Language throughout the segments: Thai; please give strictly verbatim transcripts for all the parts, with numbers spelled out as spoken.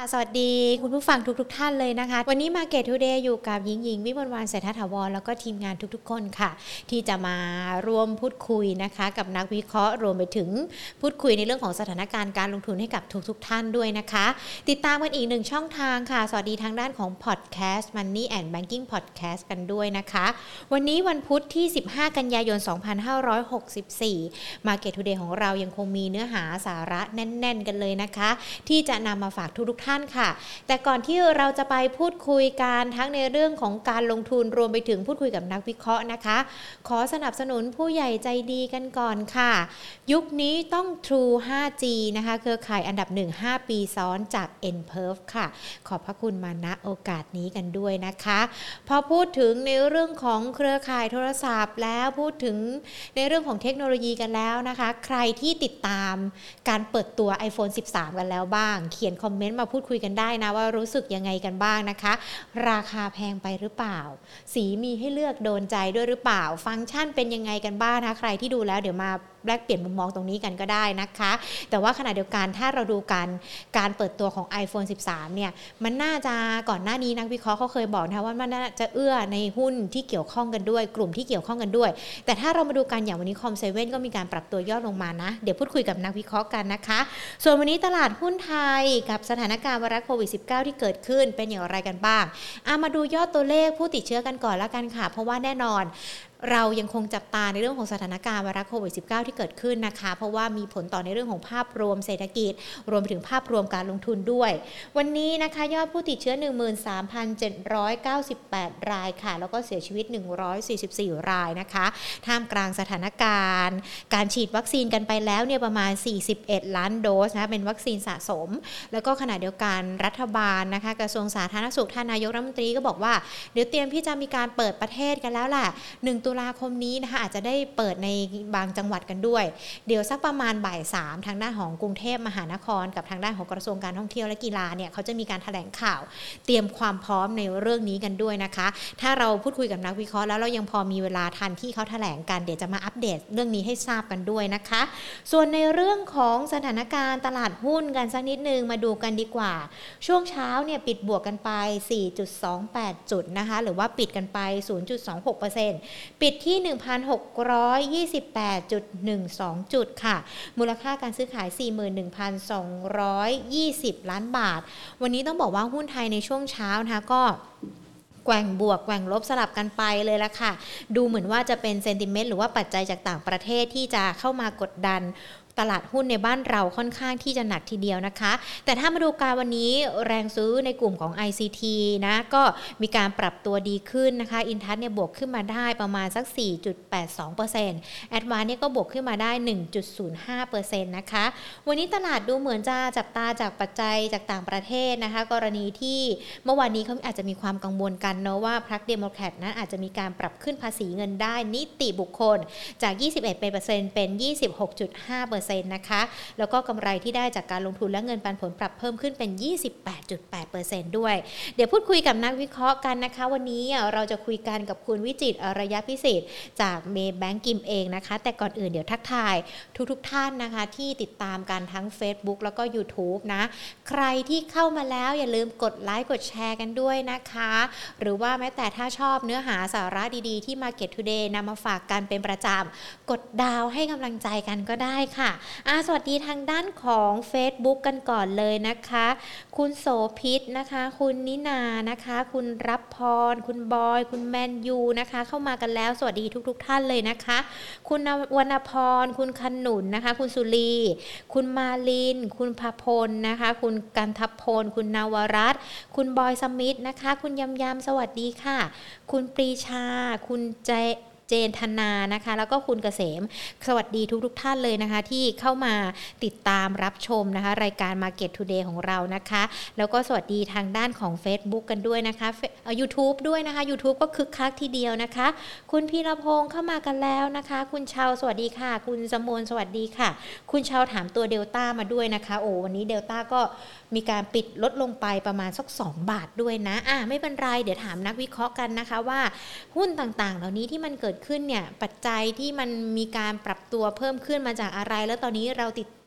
สวัสดีคุณผู้ฟังทุกๆทท่านเลยนะคะวันนี้ Market Today อยู่กับหญิงหญิงวิมลวรรณเศรษฐถาวรแล้วก็ทีมงานทุกๆคนค่ะที่จะมาร่วมพูดคุยนะคะกับนักวิเคราะห์รวมไปถึงพูดคุยในเรื่องของสถานการณ์การลงทุนให้กับทุกๆท่านด้วยนะคะติดตามกันอีกหนึ่งช่องทางค่ะสวัสดีทางด้านของ Podcast Money and Banking Podcast กันด้วยนะคะวันนี้วันพุธที่สิบห้ากันยายนสองพันห้าร้อยหกสิบสี่ Market Today ของเรายังคงมีเนื้อหาสาระแน่นๆกันเลยนะคะที่จะนำมาฝากทุกๆท่านค่ะแต่ก่อนที่เราจะไปพูดคุยกันทั้งในเรื่องของการลงทุนรวมไปถึงพูดคุยกับนักวิเคราะห์นะคะขอสนับสนุนผู้ใหญ่ใจดีกันก่อนค่ะยุคนี้ต้อง True ไฟว์จี นะคะเครือข่ายอันดับหนึ่ง ห้าปีซ้อนจาก เอ็น พี อี อาร์ วี ค่ะขอบพระคุณมาณโอกาสนี้กันด้วยนะคะพอพูดถึงในเรื่องของเครือข่ายโทรศัพท์แล้วพูดถึงในเรื่องของเทคโนโลยีกันแล้วนะคะใครที่ติดตามการเปิดตัว iPhone สิบสาม กันแล้วบ้างเขียนคอมเมนต์มาพูดคุยกันได้นะว่ารู้สึกยังไงกันบ้างนะคะราคาแพงไปหรือเปล่าสีมีให้เลือกโดนใจด้วยหรือเปล่าฟังก์ชันเป็นยังไงกันบ้างนะใครที่ดูแล้วเดี๋ยวมาแลกเปลี่ยนมุมมองตรงนี้กันก็ได้นะคะแต่ว่าขณะเดียวกันถ้าเราดูกันการเปิดตัวของ iPhone สิบสาม เนี่ยมันน่าจะก่อนหน้านี้นักวิเคราะห์เขาเคยบอกนะว่ามันน่าจะเอื้อในหุ้นที่เกี่ยวข้องกันด้วยกลุ่มที่เกี่ยวข้องกันด้วยแต่ถ้าเรามาดูกันอย่างวันนี้คอมเซเว่นก็มีการปรับตัวย่อลงมานะเดี๋ยวพูดคุยกับนักวิเคราะห์กันนะคะส่วนวันนี้ตลาดหุ้นไทยกับสถานการณ์ไวรัสโควิด สิบเก้า ที่เกิดขึ้นเป็นอย่างไรกันบ้างเอามาดูยอดตัวเลขผู้ติดเชื้อกันก่อนแล้วกันค่ะเพราะว่าแน่นอนเรายังคงจับตาในเรื่องของสถานการณ์ไวรัสโควิด สิบเก้า ที่เกิดขึ้นนะคะเพราะว่ามีผลต่อในเรื่องของภาพรวมเศรษฐกิจรวมไปถึงภาพรวมการลงทุนด้วยวันนี้นะคะยอดผู้ติดเชื้อ หนึ่งหมื่นสามพันเจ็ดร้อยเก้าสิบแปด รายค่ะแล้วก็เสียชีวิตหนึ่งร้อยสี่สิบสี่รายนะคะท่ามกลางสถานการณ์การฉีดวัคซีนกันไปแล้วเนี่ยประมาณสี่สิบเอ็ดล้านโดสนะเป็นวัคซีนสะสมแล้วก็ขณะเดียวกันรัฐบาลนะคะกระทรวงสาธารณสุขท่านนายกรัฐมนตรีก็บอกว่าเดี๋ยวเตรียมที่จะมีการเปิดประเทศกันแล้วแหละหนึ่งตุลาคมนี้นะคะอาจจะได้เปิดในบางจังหวัดกันด้วยเดี๋ยวสักประมาณบ่ายสามทางด้านของกรุงเทพมหานครกับทางด้านของกระทรวงการท่องเที่ยวและกีฬาเนี่ยเขาจะมีการแถลงข่าวเตรียมความพร้อมในเรื่องนี้กันด้วยนะคะถ้าเราพูดคุยกับนักวิเคราะห์แล้วเรายังพอมีเวลาทันที่เขาแถลงกันเดี๋ยวจะมาอัปเดตเรื่องนี้ให้ทราบกันด้วยนะคะส่วนในเรื่องของสถานการณ์ตลาดหุ้นกันสักนิดนึงมาดูกันดีกว่าช่วงเช้าเนี่ยปิดบวกกันไป สี่จุดสองแปด จุดนะคะหรือว่าปิดกันไป ศูนย์จุดสองหกเปอร์เซ็นต์ ปิดที่ หนึ่งพันหกร้อยยี่สิบแปดจุดหนึ่งสอง จุดค่ะมูลค่าการซื้อขาย สี่หมื่นหนึ่งพันสองร้อยยี่สิบ ล้านบาทวันนี้ต้องบอกว่าหุ้นไทยในช่วงเช้านะคะก็แกว่งบวกแกว่งลบสลับกันไปเลยละค่ะดูเหมือนว่าจะเป็นเซนติเมนต์หรือว่าปัจจัยจากต่างประเทศที่จะเข้ามากดดันตลาดหุ้นในบ้านเราค่อนข้างที่จะหนักทีเดียวนะคะแต่ถ้ามาดูการวันนี้แรงซื้อในกลุ่มของ ไอ ซี ที นะก็มีการปรับตัวดีขึ้นนะคะอินทัชเนี่ยบวกขึ้นมาได้ประมาณสัก สี่จุดแปดสองเปอร์เซ็นต์ แอดวานซ์เนี่ยก็บวกขึ้นมาได้ หนึ่งจุดศูนย์ห้าเปอร์เซ็นต์ นะคะวันนี้ตลาดดูเหมือนจะจับตาจากปัจจัยจากต่างประเทศนะคะกรณีที่เมื่อวานนี้เขาอาจจะมีความกังวลกันเนาะว่าพรรคเดโมแครตนั้นอาจจะมีการปรับขึ้นภาษีเงินได้นิติบุคคลจากยี่สิบเอ็ดเปอร์เซ็นต์เป็น ยี่สิบหกจุดห้าเปอร์เซ็นต์ นะคะแล้วก็กำไรที่ได้จากการลงทุนและเงินปันผลปรับเพิ่มขึ้นเป็น ยี่สิบแปดจุดแปดเปอร์เซ็นต์ ด้วยเดี๋ยวพูดคุยกับนักวิเคราะห์กันนะคะวันนี้เราจะคุยกันกับคุณวิจิตรอารยพิสิทธิ์จากเมย์แบงก์กิมเองนะคะแต่ก่อนอื่นเดี๋ยวทักทายทุกๆท่านนะคะที่ติดตามกันทั้ง Facebook แล้วก็ YouTube นะใครที่เข้ามาแล้วอย่าลืมกดไลค์กดแชร์กันด้วยนะคะหรือว่าแม้แต่ถ้าชอบเนื้อหาสาระดีๆที่ Market Today นำมาฝากกันเป็นประจำกดดาวให้กำลังใจกันก็ได้ค่ะอ่าสวัสดีทางด้านของ Facebook กันก่อนเลยนะคะคุณโสภิตนะคะคุณนินานะคะคุณรับพรคุณบอยคุณแมนยูนะคะเข้ามากันแล้วสวัสดีทุกๆ ท, ท่านเลยนะคะคุณวรรณพรคุณขนุนนะคะคุณสุรีคุณมาลินคุณภพลนะคะคุณกันทพลคุณนวรัตน์คุณบอยสมิธนะคะคุณยำยำสวัสดีค่ะคุณปรีชาคุณใจเจนธนานะคะแล้วก็คุณเกษมสวัสดีทุกๆ ท่านเลยนะคะที่เข้ามาติดตามรับชมนะคะรายการ Market Today ของเรานะคะแล้วก็สวัสดีทางด้านของ Facebook กันด้วยนะคะเอ่อ YouTube ด้วยนะคะ YouTube ก็คึกคักทีเดียวนะคะคุณพีรพงษ์เข้ามากันแล้วนะคะคุณชาวสวัสดีค่ะคุณสมนสวัสดีค่ะคุณชาวถามตัวเดลต้ามาด้วยนะคะโอ้วันนี้เดลต้าก็มีการปิดลดลงไปประมาณสักสองบาทด้วยนะอ่ะไม่เป็นไรเดี๋ยวถามนักวิเคราะห์กันนะคะว่าหุ้นต่างๆเหล่านี้ที่มันเกิดขึ้นเนี่ยปัจจัยที่มันมีการปรับตัวเพิ่มขึ้นมาจากอะไรแล้วตอนนี้เราติด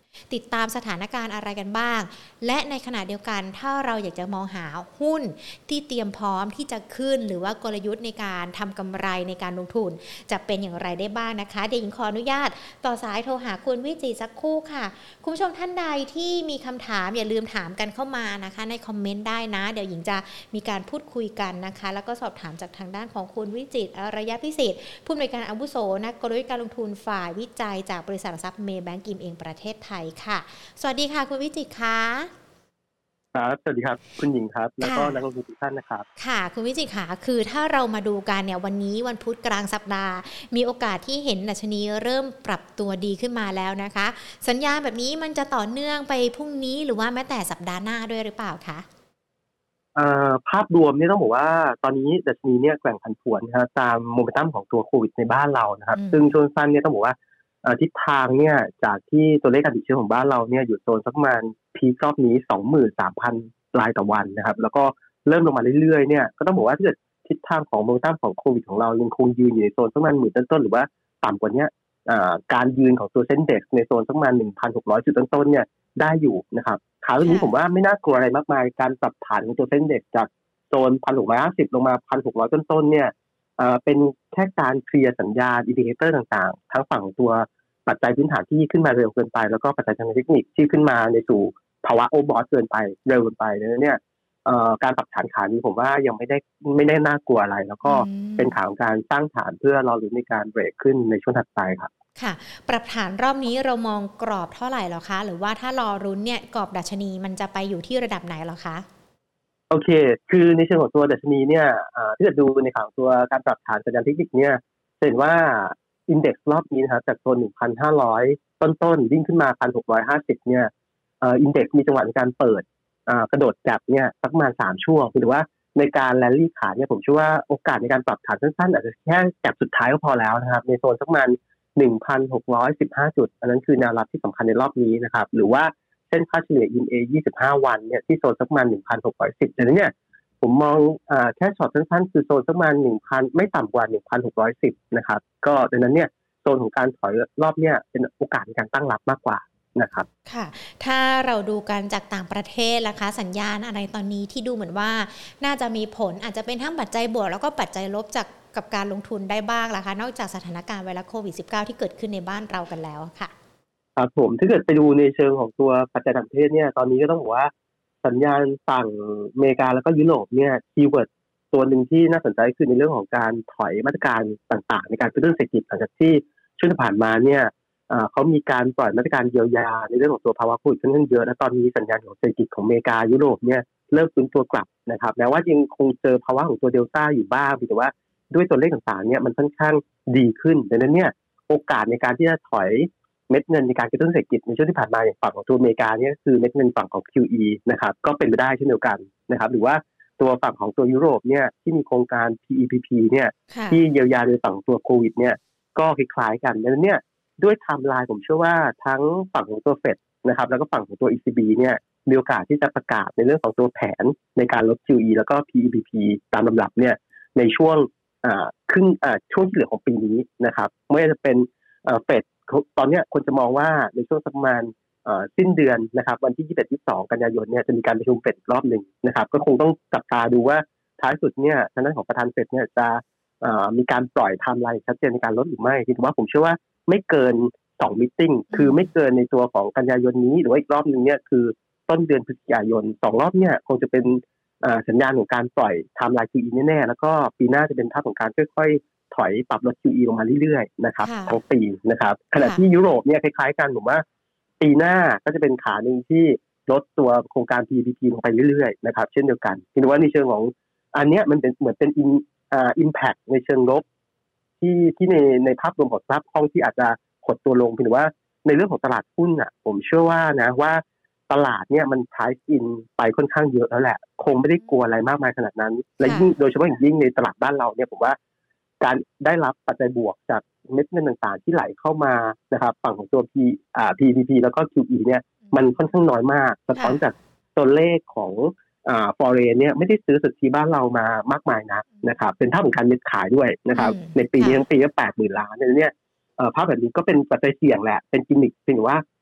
ติดตามสถานการณ์อะไรกันบ้างและในขณะเดียวกันถ้าเราอยากจะมองหาหุ้นที่เตรียมพร้อมที่จะขึ้นหรือว่ากลยุทธ์ในการทำกำไรในการลงทุนจะเป็นอย่างไรได้บ้างนะคะเดี๋ยวหญิงขออนุญาตต่อสายโทรหาคุณวิจิตรสักครู่ค่ะคุณผู้ชมท่านใดที่มีคำถามอย่าลืมถามกันเข้ามานะคะในคอมเมนต์ได้นะเดี๋ยวหญิงจะมีการพูดคุยกันนะคะแล้วก็สอบถามจากทางด้านของคุณวิจิตรอารยพิสิทธิ์ผู้อำนวยการอาวุโสนักกลยุทธ์การลงทุนฝ่ายวิจัยจากบริษัทหลักทรัพย์เมย์แบงก์กิมเองประเทศไทยค่ะสวัสดีค่ะคุณวิจิตรค่ะครับสวัสดีครับคุณหญิงครับแล้วก็นักลงทุนทุกท่านนะครับค่ะคุณวิจิตรค่ะคือถ้าเรามาดูกันเนี่ยวันนี้วันพุธกลางสัปดาห์มีโอกาสที่เห็นดัชนีเริ่มปรับตัวดีขึ้นมาแล้วนะคะสัญญาณแบบนี้มันจะต่อเนื่องไปพรุ่งนี้หรือว่าแม้แต่สัปดาห์หน้าด้วยหรือเปล่าคะภาพรวมเนี่ยต้องบอกว่าตอนนี้ดัชนีเนี่ยแกว่งผันผวนนะครับตามโมเมนตัมของตัวโควิดในบ้านเรานะครับซึ่งช่วงสั้นเนี่ยต้องบอกว่าทิศทางเนี่ยจากที่ตัวเลขการติดเชื้อของบ้านเราเนี่ยอยู่โซนสักประมาณพีครอบนี้ สองหมื่นสามพัน รายต่อวันนะครับแล้วก็เริ่มลงมาเรื่อยๆเนี่ยก็ต้องบอกว่าถ้าเกิดทิศทางของโมเมนตัมของโควิดของเรายังคงยืนอยู่ในโซนสักประมาณหมื่นต้นๆหรือว่าต่ำกว่านี้การยืนของตัวเซ็นเด็กซ์ในโซนสักประมาณ หนึ่งพันหกร้อย จุดต้นๆเนี่ยได้อยู่นะครับขาวันนี้ผมว่าไม่น่ากลัวอะไรมากมายการปรับฐานของตัวเซ็นเด็กซ์จากโซน หนึ่งพันหกร้อยห้าสิบ ลงมา หนึ่งพันหกร้อย ต้นๆเนี่ยเอ่อเป็นแค่การเคลียร์สัญญาณอินดิเคเตอร์ต่างๆทั้งฝั่งตัวปัจจัยพื้นฐานที่ขึ้นมาเร็วเกินไปแล้วก็ปัจจัยทางเทคนิคที่ขึ้นมาในสู่ภาวะโอเวอร์บอทเกินไปเร็วเกินไปเนี่ยเอ่อการปรับฐานขานี้ผมว่ายังไม่ได้ไม่ได้น่ากลัวอะไรแล้วก็เป็นขาของการสร้างฐานเพื่อรอลุ้นในการเบรกขึ้นในช่วงถัดไปครับค่ะปรับฐานรอบนี้เรามองกรอบเท่าไหร่หรอคะหรือว่าถ้ารอรุ้นเนี่ยกรอบดัชนีมันจะไปอยู่ที่ระดับไหนหรอคะโอเคคือในเชิงของตัวดัชนีเนี่ยถ้าเกิดดูในข่าวตัวการปรับฐานสัญญาณเทคนิคเนี่ยเห็นว่าอินเด็กซ์รอบนี้นะครับจากโซน หนึ่งพันห้าร้อย ต้นๆวิ่งขึ้นมา หนึ่งพันหกร้อยห้าสิบ เนี่ยเอ่ออินเด็กซ์มีจังหวะในการเปิดอ่ากระโดดจับเนี่ยสักประมาณสามช่วงหรือว่าในการแรลลี่ขาเนี่ยผมเชื่อว่าโอกาสในการปรับฐานสั้นๆอาจจะแค่จับสุดท้ายก็พอแล้วนะครับในโซนสักประมาณ หนึ่งพันหกร้อยสิบห้า จุดอันนั้นคือแนวรับที่สำคัญในรอบนี้นะครับหรือว่าเส้นค่าเฉลี่ย อี เอ็ม เอ ยี่สิบห้า วันเนี่ยที่โซนสักประมาณ หนึ่งพันหกร้อยสิบ ดังนั้นเนี่ยผมมองอ่าแค่ช็อตสั้นๆคือโซนประมาณ หนึ่งพัน ไม่ต่ำกว่า หนึ่งพันหกร้อยสิบ นะครับก็ดังนั้นเนี่ยโซนของการถอยรอบเนี้ยเป็นโอกาสในการตั้งรับมากกว่านะครับค่ะถ้าเราดูกันจากต่างประเทศล่ะคะสัญญาณอะไรตอนนี้ที่ดูเหมือนว่าน่าจะมีผลอาจจะเป็นทั้งปัจจัยบวกแล้วก็ปัจจัยลบจากกับการลงทุนได้บ้างล่ะคะนอกจากสถานการณ์ไวรัสโควิด สิบเก้า ที่เกิดขึ้นในบ้านเรากันแล้วค่ะครับผมถ้าเกิดไปดูในเชิงของตัวปัจจัยต่างประเทศเนี่ยตอนนี้ก็ต้องบอกว่าสัญญาณฝั่งอเมริกาแล้วก็ยุโรปเนี่ยคีย์เวิร์ดตัวหนึ่งที่น่าสนใจคือในเรื่องของการถอยมาตรการต่างๆในการกระตุ้นเศรษฐกิจหลังจากที่ช่วงที่ผ่านมาเนี่ยเขามีการปล่อยมาตรการเยียวยาในเรื่องของตัวภาวะโควิดค่อนข้างเยอะและตอนนี้สัญญาณของเศรษฐกิจของอเมริกายุโรปเนี่ยเริ่มฟื้นตัวกลับนะครับแม้ว่ายังคงเจอภาวะของตัวเดลต้าอยู่บ้างแต่ว่าด้วยตัวเลขต่างๆเนี่ยมันค่อนข้างดีขึ้นดังนั้นเนี่ยโอกาสในการที่จะถอยเม็ดเงินในการกระตุ้นเศรษฐกิจในช่วงที่ผ่านมาอย่างฝั่งของตัวอเมริกาเนี่ยคือเม็ดเงินฝั่งของ คิว อี นะครับก็เป็นไปได้เช่นเดียวกันนะครับหรือว่าตัวฝั่งของตัวยุโรปเนี่ยที่มีโครงการ พี อี พี พี เนี่ยที่เยียวยาโดยฝั่งตัวโควิดเนี่ยก็คล้ายๆกันดังนั้นเนี่ยด้วยไทม์ไลน์ผมเชื่อว่าทั้งฝั่งของตัวเฟดนะครับแล้วก็ฝั่งของตัว อี ซี บี เนี่ยมีโอกาสที่จะประกาศในเรื่องของตัวแผนในการลด คิว อี แล้วก็ พี อี พี พี ตามลำดับเนี่ยในช่วงอ่าครึ่งอ่าช่วงที่เหลือของปีนี้นะครับไม่ว่าจะเป็นเอ่อเฟดตอนนี้คนจะมองว่าในช่วงประมาณสิ้นเดือนนะครับวันที่ ยี่สิบเอ็ด ยี่สิบสอง กันยายนเนี่ยจะมีการประชุมเฟดรอบหนึ่งนะครับก็คงต้องจับตาดูว่าท้ายสุดเนี่ยทางด้านของประธานเฟดเนี่ยจะมีการปล่อยไทม์ไลน์ชัดเจนในการลดหรือไม่คิดว่าผมเชื่อว่าไม่เกินสองมีตติ้งคือไม่เกินในตัวของกันยายนนี้หรือว่าอีกรอบนึงเนี่ยคือต้นเดือนพฤศจิกายนสองรอบเนี่ยคงจะเป็นสัญญาณของการปล่อยไทม์ไลน์ คิว อี แน่ๆแล้วก็ปีหน้าจะเป็นภาพของการค่อยๆถอยปรับลด คิว อี ลงมาเรื่อยๆนะครับทั้งปีนะครับขณะที่ยุโรปเนี่ยคล้ายๆกันผมว่าปีหน้าก็จะเป็นขาหนึ่งที่ลดตัวโครงการ พี อี พี พี ลงไปเรื่อยๆนะครับเช่นเดียวกันคิดว่าในเชิงของอันเนี้ยมันเป็นเหมือนเป็นอินอ่า impact ในเชิงลบที่ที่ในในภาพรวมของสภาพคล่องที่อาจจะหดตัวลงคือว่าในเรื่องของตลาดหุ้นอ่ะผมเชื่อว่านะว่าตลาดเนี่ยมัน price in ไปค่อนข้างเยอะแล้วแหละคงไม่ได้กลัวอะไรมากมายขนาดนั้นและยิ่งโดยเฉพาะอย่างยิ่งในตลาดบ้านเราเนี่ยผมว่าการได้รับปัจจัยบวกจากเม็ดเงินต่างๆที่ไหลเข้ามานะครับฝั่งของตัว P อ่า พี อี พี พี แล้วก็ คิว อี เนี่ยมันค่อนข้างน้อยมากสะท้อนจากตัวเลขของอ่า foreign เนี่ยไม่ได้ซื้อสุทธิบ้านเรามามากมายนักนะครับเป็นเท่าของการเม็ดขายด้วยนะครับในปีนี้ทั้งปีก็ แปดหมื่น ล้านเนี่ยเอ่อภาพแบบนี้ก็เป็นปัจจัยเสี่ยงแหละเป็นกิมมิคเป็นว่า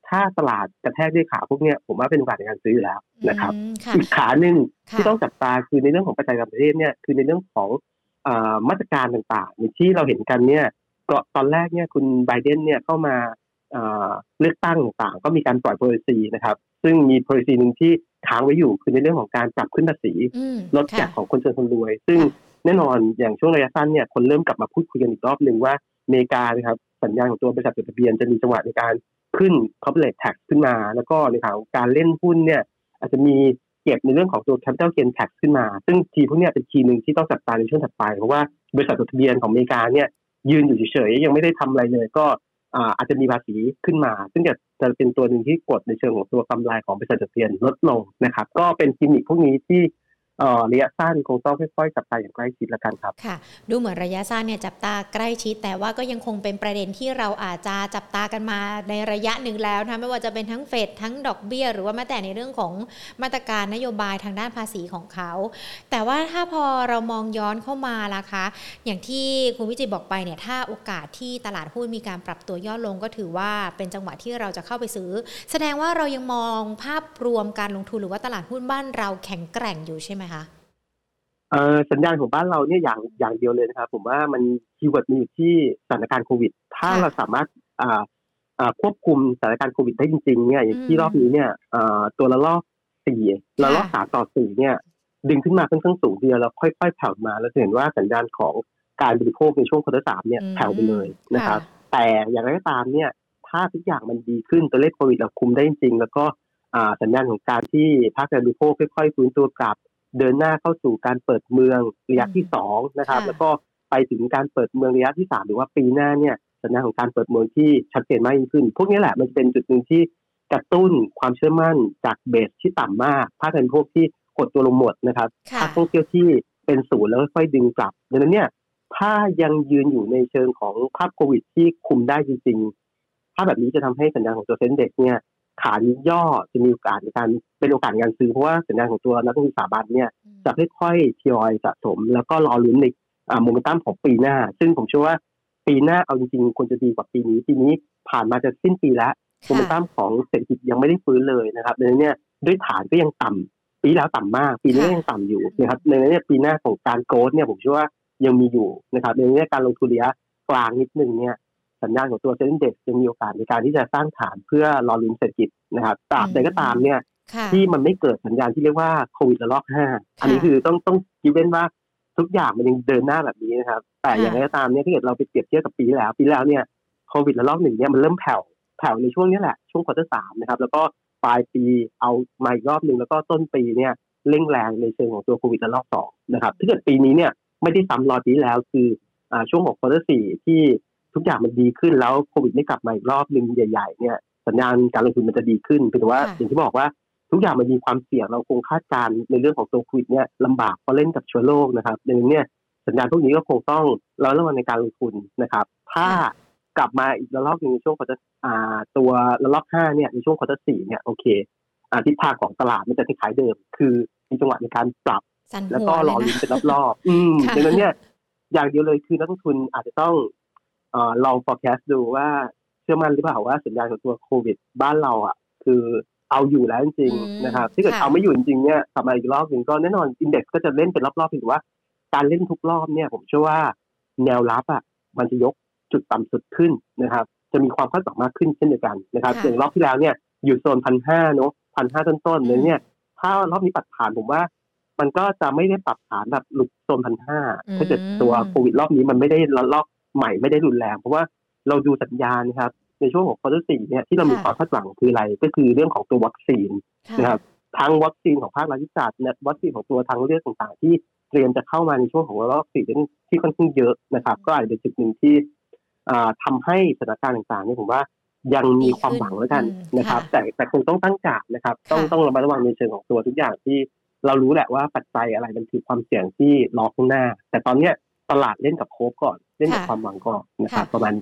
ถ้าตลาดกระแทกด้วยขาพวกเนี้ยผมว่าเป็นโอกาสในการซื้ออยู่แล้วนะครับอีกขาหนึ่งที่ต้องจับตาคือในเรื่องของปัจจัยต่างประเทศเนี่ยคือในเรื่องของอ่ามาตรการต่างๆอย่างที่เราเห็นกันเนี่ยก็ตอนแรกเนี่ยคุณไบเดนเนี่ยเข้ามาอ่าเลือกตั้งต่างๆก็มีการปล่อย policy นะครับซึ่งมี policy นึงที่ค้างไว้อยู่คือในเรื่องของการปรับขึ้นภาษีลดแจกของคนจนคนรวยซึ่งแน่นอนอย่างช่วงระยะสั้นเนี่ยคนเริ่มกลับมาพูดคุยกันอีกรอบนึงว่าอเมริกานะครับสัญญาณของตัวบริษัทจดทะเบียนจะมีจังหวะในการขึ้น corporate tax ขึ้นมาแล้วก็ในทางการเล่นหุ้นเนี่ยอาจจะมีเก็บในเรื่องของตัว capital gain tax ขึ้นมาซึ่งทีพวกนี้เป็นทีนึงที่ต้องจับตาในช่วงถัดไปเพราะว่าบริษัทจดทะเบียนของอเมริกาเนี่ยยืนอยู่เฉยๆยังไม่ได้ทำอะไรเลยก็อาจจะมีภาษีขึ้นมาซึ่งจะจะเป็นตัวหนึ่งที่กดในเชิงของตัวกำไรของบริษัทจดทะเบียนลดลงนะครับก็เป็นกิมมิคพวกนี้ที่ระยะสั้นคงต้องค่อยๆจับตาอย่างใกล้ชิดละกันครับค่ะดูเหมือนระยะสั้นเนี่ยจับตาใกล้ชิดแต่ว่าก็ยังคงเป็นประเด็นที่เราอาจจะจับตากันมาในระยะหนึ่งแล้วนะไม่ว่าจะเป็นทั้งเฟดทั้งดอกเบี้ยหรือว่าแม้แต่ในเรื่องของมาตรการนโยบายทางด้านภาษีของเขาแต่ว่าถ้าพอเรามองย้อนเข้ามาล่ะคะอย่างที่คุณวิจิตรบอกไปเนี่ยถ้าโอกาสที่ตลาดหุ้นมีการปรับตัวย่อลงก็ถือว่าเป็นจังหวะที่เราจะเข้าไปซื้อแสดงว่าเรายังมองภาพรวมการลงทุนหรือว่าตลาดหุ้นบ้านเราแข็งแกร่งอยู่ใช่ไหมคะเอ่อสัญญาณของบ้านเราเนี่ยอย่างอย่างเดียวเลยนะครับผมว่ามันคีย์เวิร์ดมีอยู่ที่สถานการณ์โควิดถ้าเราสามารถอ่าอ่าควบคุมสถานการณ์โควิดได้จริงๆเนี่ยอย่างที่รอบนี้เนี่ยเอ่อตัวละลอกสี่ละลอกสามต่อสี่เนี่ยดึงขึ้นมาค่อนข้างสูงเดียวแล้วค่อยๆแผ่วมาแล้วจะเห็นว่าสัญญาณของการบริโภคในช่วงควอเตอร์สามเนี่ยแผ่วไปเลยนะครับแต่อย่างไรก็ตามเนี่ยถ้าทุกอย่างมันดีขึ้นตัวเลขโควิดเราคุมได้จริงๆแล้วก็อ่าสัญญาณของการที่ภาคการบริโภคค่อยๆฟื้นตัวกลับเดินหน้าเข้าสู่การเปิดเมืองระยะที่สองนะครับแล้วก็ไปถึงการเปิดเมืองระยะที่สามหรือว่าปีหน้าเนี่ยสัญญาณของการเปิดเมืองที่ชัดเจนมากยิ่งขึ้นพวกนี้แหละมันเป็นจุดหนึ่งที่กระตุ้นความเชื่อมั่นจากเบสที่ต่ำมากภาคการบริโภคที่กดตัวลงหมดนะครับภาคท่องเที่ยวที่เป็นศูนย์แล้วค่อยๆดึงกลับดังนั้นเนี่ยถ้ายังยืนอยู่ในเชิงของภาพโควิดที่คุมได้จริงๆภาพแบบนี้จะทำให้สัญญาณของตัวเซ็นเด็กเนี่ยขาย่อจะมีโอกาสในการเป็นโอกาสในการซื้อเพราะว่าสัญญาณของตัวนักลงทุนสถาบันเนี่ยจะค่อยๆทยอยสะสมแล้วก็รอลุ้นในโมเมนตัมของปีหน้าซึ่งผมเชื่อว่าปีหน้าเอาจริงๆควรจะดีกว่าปีนี้ปีนี้ผ่านมาจะสิ้นปีแล้วโมเมนตัมของเศรษฐกิจยังไม่ได้ฟื้นเลยนะครับดังนั้นเนี่ยด้วยฐานก็ยังต่ำปีแล้วต่ำมากปีนี้ก็ยังต่ำอยู่นะครับดังนั้นเนี่ยปีหน้าของการโกรธเนี่ยผมเชื่อว่ายังมีอยู่นะครับดังนั้นการลงทุนระยะกลางนิดนึงเนี่ยสัญญาณของตัวเซ็นเด็กจะมีโอกาสในการที่จะสร้างฐานเพื่อรอลุ้นเศรษฐกิจนะครับตราบใดก็ตามเนี่ยที่มันไม่เกิดสัญญาณที่เรียกว่าโควิดระลอกห้าอันนี้คือต้องต้องคิดเว้นว่าทุกอย่างมันยังเดินหน้าแบบนี้นะครับแต่อย่างไรก็ตามเนี่ยถ้าเกิดเราไปเปรียบเทียบกับปีแล้วปีแล้วเนี่ยโควิดระลอกหนึ่งเนี่ยมันเริ่มแผ่วแผ่วในช่วงนี้แหละช่วงควอเตอร์สามนะครับแล้วก็ปลายปีเอามาอีกรอบนึงแล้วก็ต้นปีเนี่ยเร่งแรงในเชิงของตัวโควิดระลอกสองนะครับถ้าเกิดปีนี้เนี่ยไม่ได้ซ้ำรอยปีแล้วคืออ่าช่วงของควอเตอร์สี่ที่ทุกอย่างมันดีขึ้นแล้วโควิดไม่กลับมาอีกรอบนึงใหญ่ๆเนี่ยสัญญาณการลงทุนมันจะดีขึ้นเพียงแต่ว่าอย่างที่บอกว่าทุกอย่างมันมีความเสี่ยงเราคงคาดการณ์ในเรื่องของตัวโควิดเนี่ยลำบากเพราะเล่นกับเชื้อโรคนะครับดังนั้นเนี่ยสัญญาณพวกนี้ก็คงต้องระมัดระวังในการลงทุนนะครับถ้ากลับมาอีกระลอกนึงในช่วงควอเตอร์อ่าตัวระลอกห้าเนี่ยในช่วงควอเตอร์สี่เนี่ยโอเคอ่าทิศทางของตลาดมันจะคล้ายๆเดิมคือมีจังหวะในการปรับแล้วก็รอลุ้นเป็นรอบๆอืมดังนั้นเนี่ยอย่างเดียวเลยคือนักลงทุนอาจจะต้องเอ่อลอง forecast ดูว่าเชื่อมั่นหรือเปล่าว่าสัญญาณของตัวโควิดบ้านเราอ่ะคือเอาอยู่แล้วจริงๆนะครับถ้าเกิดเอาไม่อยู่จริงๆเนี่ยกลับมาอีกรอบนึงก็แน่นอนอินเด็กซ์ก็จะเล่นเป็นรอบๆถือว่าการเล่นทุกรอบเนี่ยผมเชื่อว่าแนวรับอ่ะมันจะยกจุดต่ำสุดขึ้นนะครับจะมีความคาดหวังมากขึ้นเช่นเดียวกันนะครับอย่างรอบที่แล้วเนี่ยอยู่โซน หนึ่งพันห้าร้อย เนาะ หนึ่งพันห้าร้อย ต้นๆเลยเนี่ยถ้ารอบนี้ปรับฐานผมว่ามันก็จะไม่ได้ปรับฐานแบบหลุดโซน หนึ่งพันห้าร้อย ถ้าเกิดตัวโควิดรอบนี้มันไม่ได้รอบใหม่ไม่ได้รุนแรงเพราะว่าเราดูสัญญาณนะครับในช่วงของควอเตอร์สี่เนี่ยที่เรามีความคาดหวังคืออะไรก็คือเรื่องของตัววัคซีนนะครับทั้งวัคซีนของภาครัฐวิสาหกิจและวัคซีนของตัวทางเลือกต่างๆที่เตรียมจะเข้ามาในช่วงของระลอกสี่ที่ค่อนข้างเยอะนะครับก็อาจจะเป็นจุดหนึ่งที่ทำให้สถานการณ์ต่างๆเนี่ยผมว่ายังมีความหวังแล้วกันนะครับแต่แต่คงต้องตั้งการนะครับต้องต้องระมัดระวังในเชิงของตัวทุกอย่างที่เรารู้แหละว่าปัจจัยอะไรมันคือความเสี่ยงที่รอข้างหน้าแต่ตอนเนี้ยตลาดเล่นกับโค้กก่อนเล่นกับความหวังก่อนนะครับประมาณนี้ครับ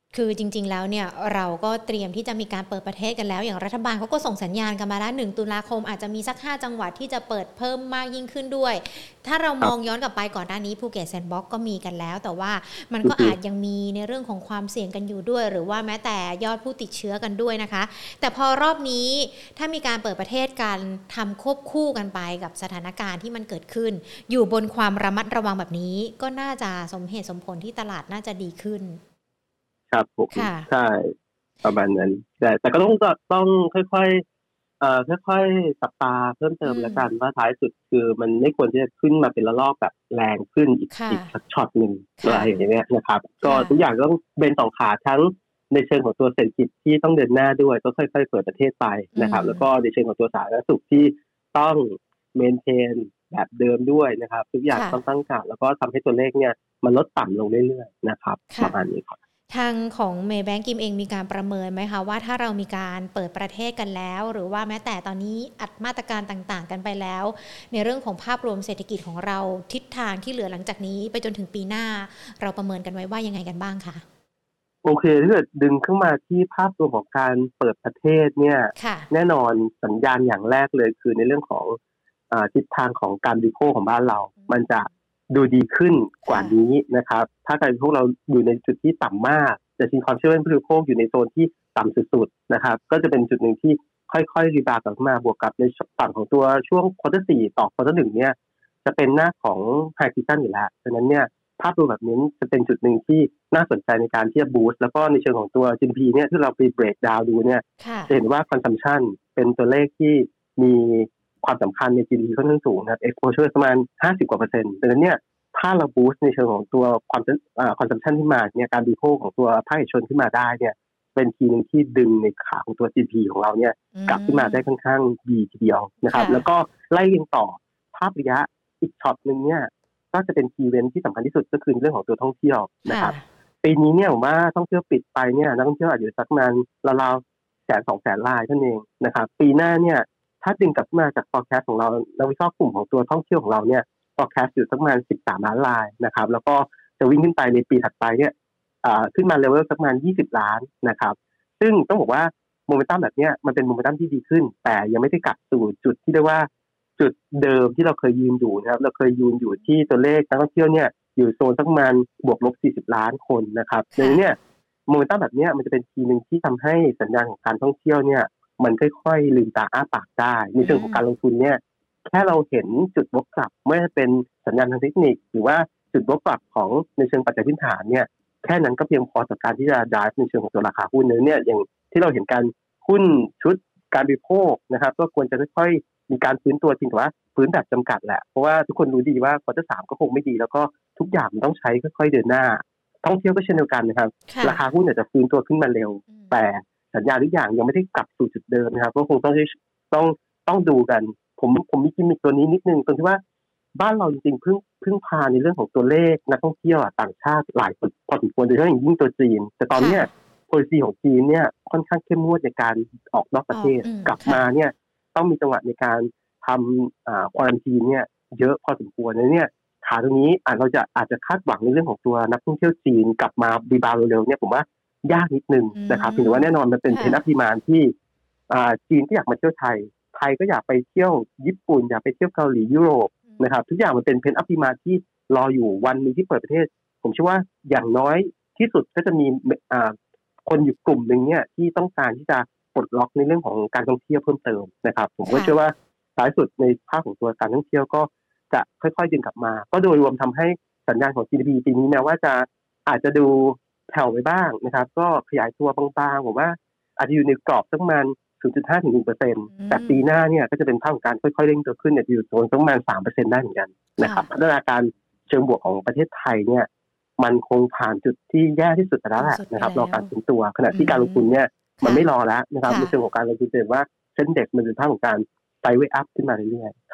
คือจริงๆแล้วเนี่ยเราก็เตรียมที่จะมีการเปิดประเทศกันแล้วอย่างรัฐบาลเขาก็ส่งสัญญาณกันมาแล้วหนึ่งตุลาคมอาจจะมีสักห้าจังหวัดที่จะเปิดเพิ่มมากยิ่งขึ้นด้วยถ้าเรามองย้อนกลับไปก่อนหน้านี้ภูเก็ตแซนด์บ็อกซ์ก็มีกันแล้วแต่ว่ามันก็อาจยังมีในเรื่องของความเสี่ยงกันอยู่ด้วยหรือว่าแม้แต่ยอดผู้ติดเชื้อกันด้วยนะคะแต่พอรอบนี้ถ้ามีการเปิดประเทศกันทำควบคู่กันไปกับสถานการณ์ที่มันเกิดขึ้นอยู่บนความระมัดระวังแบบนี้ก็น่าจะสมเหตุสมผลที่ตลาดน่าจะดีขึ้นครับผมใช่ประมาณนั้นแต่แต่ก็ต้องต้องค่อยๆเอ่อค่อยๆจับตาเพิ่มเติมแล้วกันว่าท้ายสุดคือมันไม่ควรที่จะขึ้นมาเป็นระลอกแบบแรงขึ้นอีกอีกสักช็อตหนึ่งอะไรอย่างเงี้ยนะครับก็ทุกอย่างต้องเบนสองขาทั้งในเชิงของตัวเศรษฐกิจที่ต้องเดินหน้าด้วยก็ค่อยๆเปิดประเทศไปนะครับแล้วก็ในเชิงของตัวสาธารณสุขที่ต้องเมนเทนแบบเดิมด้วยนะครับทุกอย่างต้องตั้งการแล้วก็ทำให้ตัวเลขเนี่ยมันลดต่ำลงเรื่อยๆนะครับประมาณนี้ครับทางของเมย์แบงก์กิมเองมีการประเมินไหมคะว่าถ้าเรามีการเปิดประเทศกันแล้วหรือว่าแม้แต่ตอนนี้อัดมาตรการต่างๆกันไปแล้วในเรื่องของภาพรวมเศรษฐกิจของเราทิศทางที่เหลือหลังจากนี้ไปจนถึงปีหน้าเราประเมินกันไว้ว่ายังไงกันบ้างคะโอเคถ้าเกิดดึงขึ้นมาที่ภาพรวมของการเปิดประเทศเนี่ยแน่นอนสัญญาณอย่างแรกเลยคือในเรื่องของอ่าทิศทางของการบริโภคของบ้านเรามันจะดูดีขึ้นกว่านี้นะครับถ้าการบริโภคเราอยู่ในจุดที่ต่ำมากจะมีความเชื่อมั่นผู้บริโภคอยู่ในโซนที่ต่ำสุดๆนะครับก็จะเป็นจุดหนึ่งที่ค่อยๆรีบาวด์กลับมาบวกกับในฝั่งของตัวช่วงควอเตอร์สี่ต่อควอเตอร์หนึ่งเนี่ยจะเป็นหน้าของไฮซีซั่นอยู่แล้วฉะนั้นเนี่ยภาพรวมแบบนี้จะเป็นจุดหนึ่งที่น่าสนใจในการที่จะบูสต์แล้วก็ในเชิงของตัว จี ดี พี เนี่ยที่เราไปเบรกดาวน์ดูเนี่ยจะเห็นว่า consumption เป็นตัวเลขที่มีความสำคัญใน จี ดี พี ค่อนข้างสูงนะครับ exposure ประมาณห้าสิบกว่าเปอร์เซ็นต์ดังนั้นเนี่ยถ้าเราบูสต์ในเชิงของตัวความอ่า consumption ที่มาเนี่ยการบริโภคของตัวภาคเอกชนที่มาได้เนี่ยเป็นทีนึงที่ดึงในขาของตัว จี ดี พี ของเราเนี่ยกลับขึ้นมาได้ค่อนข้างดีทีเดียวนะครับแล้วก็ไล่เรียงต่อภาพระยะอีกช็อตนึงเนี่ยก็จะเป็นอีเวนท์ที่สำคัญที่สุดก็คือเรื่องของตัวท่องเที่ยวนะครับปีนี้เนี่ยผมว่าท่องเที่ยวปิดไปเนี่ยนักท่องเที่ยวอาจจะสักประมาณราวๆแสนสองแสนรายเท่านั้นเองนะครับปีหน้าเนี่ยถ้าดึงกลับมาจาก forecast ของเรานักวิเคราะห์กลุ่มของตัวท่องเที่ยวของเราเนี่ย forecast อยู่สักประมาณสิบสามล้านรายนะครับแล้วก็จะวิ่งขึ้นไปในปีถัดไปเนี่ยอ่าขึ้นมาเลเวลสักประมาณยี่สิบล้านนะครับซึ่งต้องบอกว่าโมเมนตัมแบบเนี้ยมันเป็นโมเมนตัมที่ดีขึ้นแต่ยังไม่ได้กลับสู่จุดที่เรียกว่าจุดเดิมที่เราเคยยืนอยู่นะครับเราเคยยืนอยู่ที่ตัวเลขนักท่องเที่ยวเนี่ยอยู่โซนสักประมาณบวกลบสี่สิบล้านคนนะครับดังนั้นเนี่ยโมเมนตัมแบบนี้มันจะเป็นทีนึงที่ทำให้สัญญาณของการท่องเที่ยวเนี่ยมันค่อยๆลืมตาอ้าปากได้ในเชิงของการลงทุนเนี่ยแค่เราเห็นจุดวกกลับไม่ว่าเป็นสัญญาณทางเทคนิคหรือว่าจุดวกกลับของในเชิงปัจจัยพื้นฐานเนี่ยแค่นั้นก็เพียงพอต่อการที่จะดรายในเชิงของตัวราคาหุ้นเนี่ยอย่างที่เราเห็นการหุ้นชุดการบริโภคนะครับก็ควรจะค่อยๆมีการฟื้นตัวจริงแต่ว่าฟื้นแบบจำกัดแหละเพราะว่าทุกคนรู้ดีว่าควอเตอร์สามก็คงไม่ดีแล้วก็ทุกอย่างมันต้องใช้ค่อยๆเดินหน้าท่องเที่ยวก็เช่นเดียวกันนะครับราคาหุ้นอาจจะฟื้นตัวขึ้นมาเร็วแต่สัญญาณทุกอย่างยังไม่ได้กลับสู่จุดเดิมนะครับก็คงต้องต้องต้องดูกันผมผมมีกิมมิคตัวนี้นิดนึงตรงที่ว่าบ้านเราจริงๆพึ่งพึ่งพาในเรื่องของตัวเลขนักท่องเที่ยวต่างชาติหลายคนพอสมควรโดยเฉพาะอย่างยิ่งตัวจีนแต่ตอนนี้policy ของจีนเนี่ยค่อนข้างเข้มงวดในการออกนอกประเทศกลับมาเนี่ยต้องมีจังหวะในการทำอ่าควอรันทีนเนี่ยเยอะพอสมควรนะเนี่ยขาตรงนี้อาจเราจะอาจจะคาดหวังในเรื่องของตัวนักท่องเที่ยวจีนกลับมารีบาวด์เร็วๆเนี่ยผมว่ายากนิดนึงนะครับถึงว่าแน่นอนมันเป็นเพนอัพดีมานด์ที่อ่าจีนก็อยากมาเที่ยวไทยไทยก็อยากไปเที่ยวญี่ปุ่นอยากไปเที่ยวเกาหลียุโรปนะครับทุกอย่างมันเป็นเพนอัพดีมานด์ที่รออยู่วันนึงที่เปิดประเทศผมเชื่อว่าอย่างน้อยที่สุดก็จะมีอ่าคนอยู่กลุ่มนึงเนี่ยที่ต้องการที่จะปลดล็อกในเรื่องของการท่องเที่ยวเพิ่มเติมนะครับผมก็เชื่อว่าท้ายสุดในภาคของตัวการท่องเที่ยวก็จะค่อยๆดึงกลับมาก็โดยรวมทำให้สัญญาณของ จี ดี พี ปีนี้แม้ว่าจะอาจจะดูแผ่วไปบ้างนะครับก็ขยายตัวบางๆผมว่าอาจจะอยู่ในกรอบสักประมาณ ศูนย์จุดห้า ถึง หนึ่งเปอร์เซ็นต์ แต่ปีหน้าเนี่ยก็จะเป็นภาพของการค่อยๆเร่งตัวขึ้นเนี่ยอยู่โซนประมาณ สามเปอร์เซ็นต์ ได้เหมือนกันนะครับพัฒนาการเชิงบวกของประเทศไทยเนี่ยมันคงผ่านจุดที่แย่ที่สุดแล้วแหละนะครับรอการฟื้นตัวขณะที่การลงทุนเนี่ยมันไม่รอแล้วนะครับในเชิงของการลงทุนเห็นว่าเซ็นเด็กมันเป็นภาพของการไซด์เวย์อัพขึ้นมาเรื่อยๆ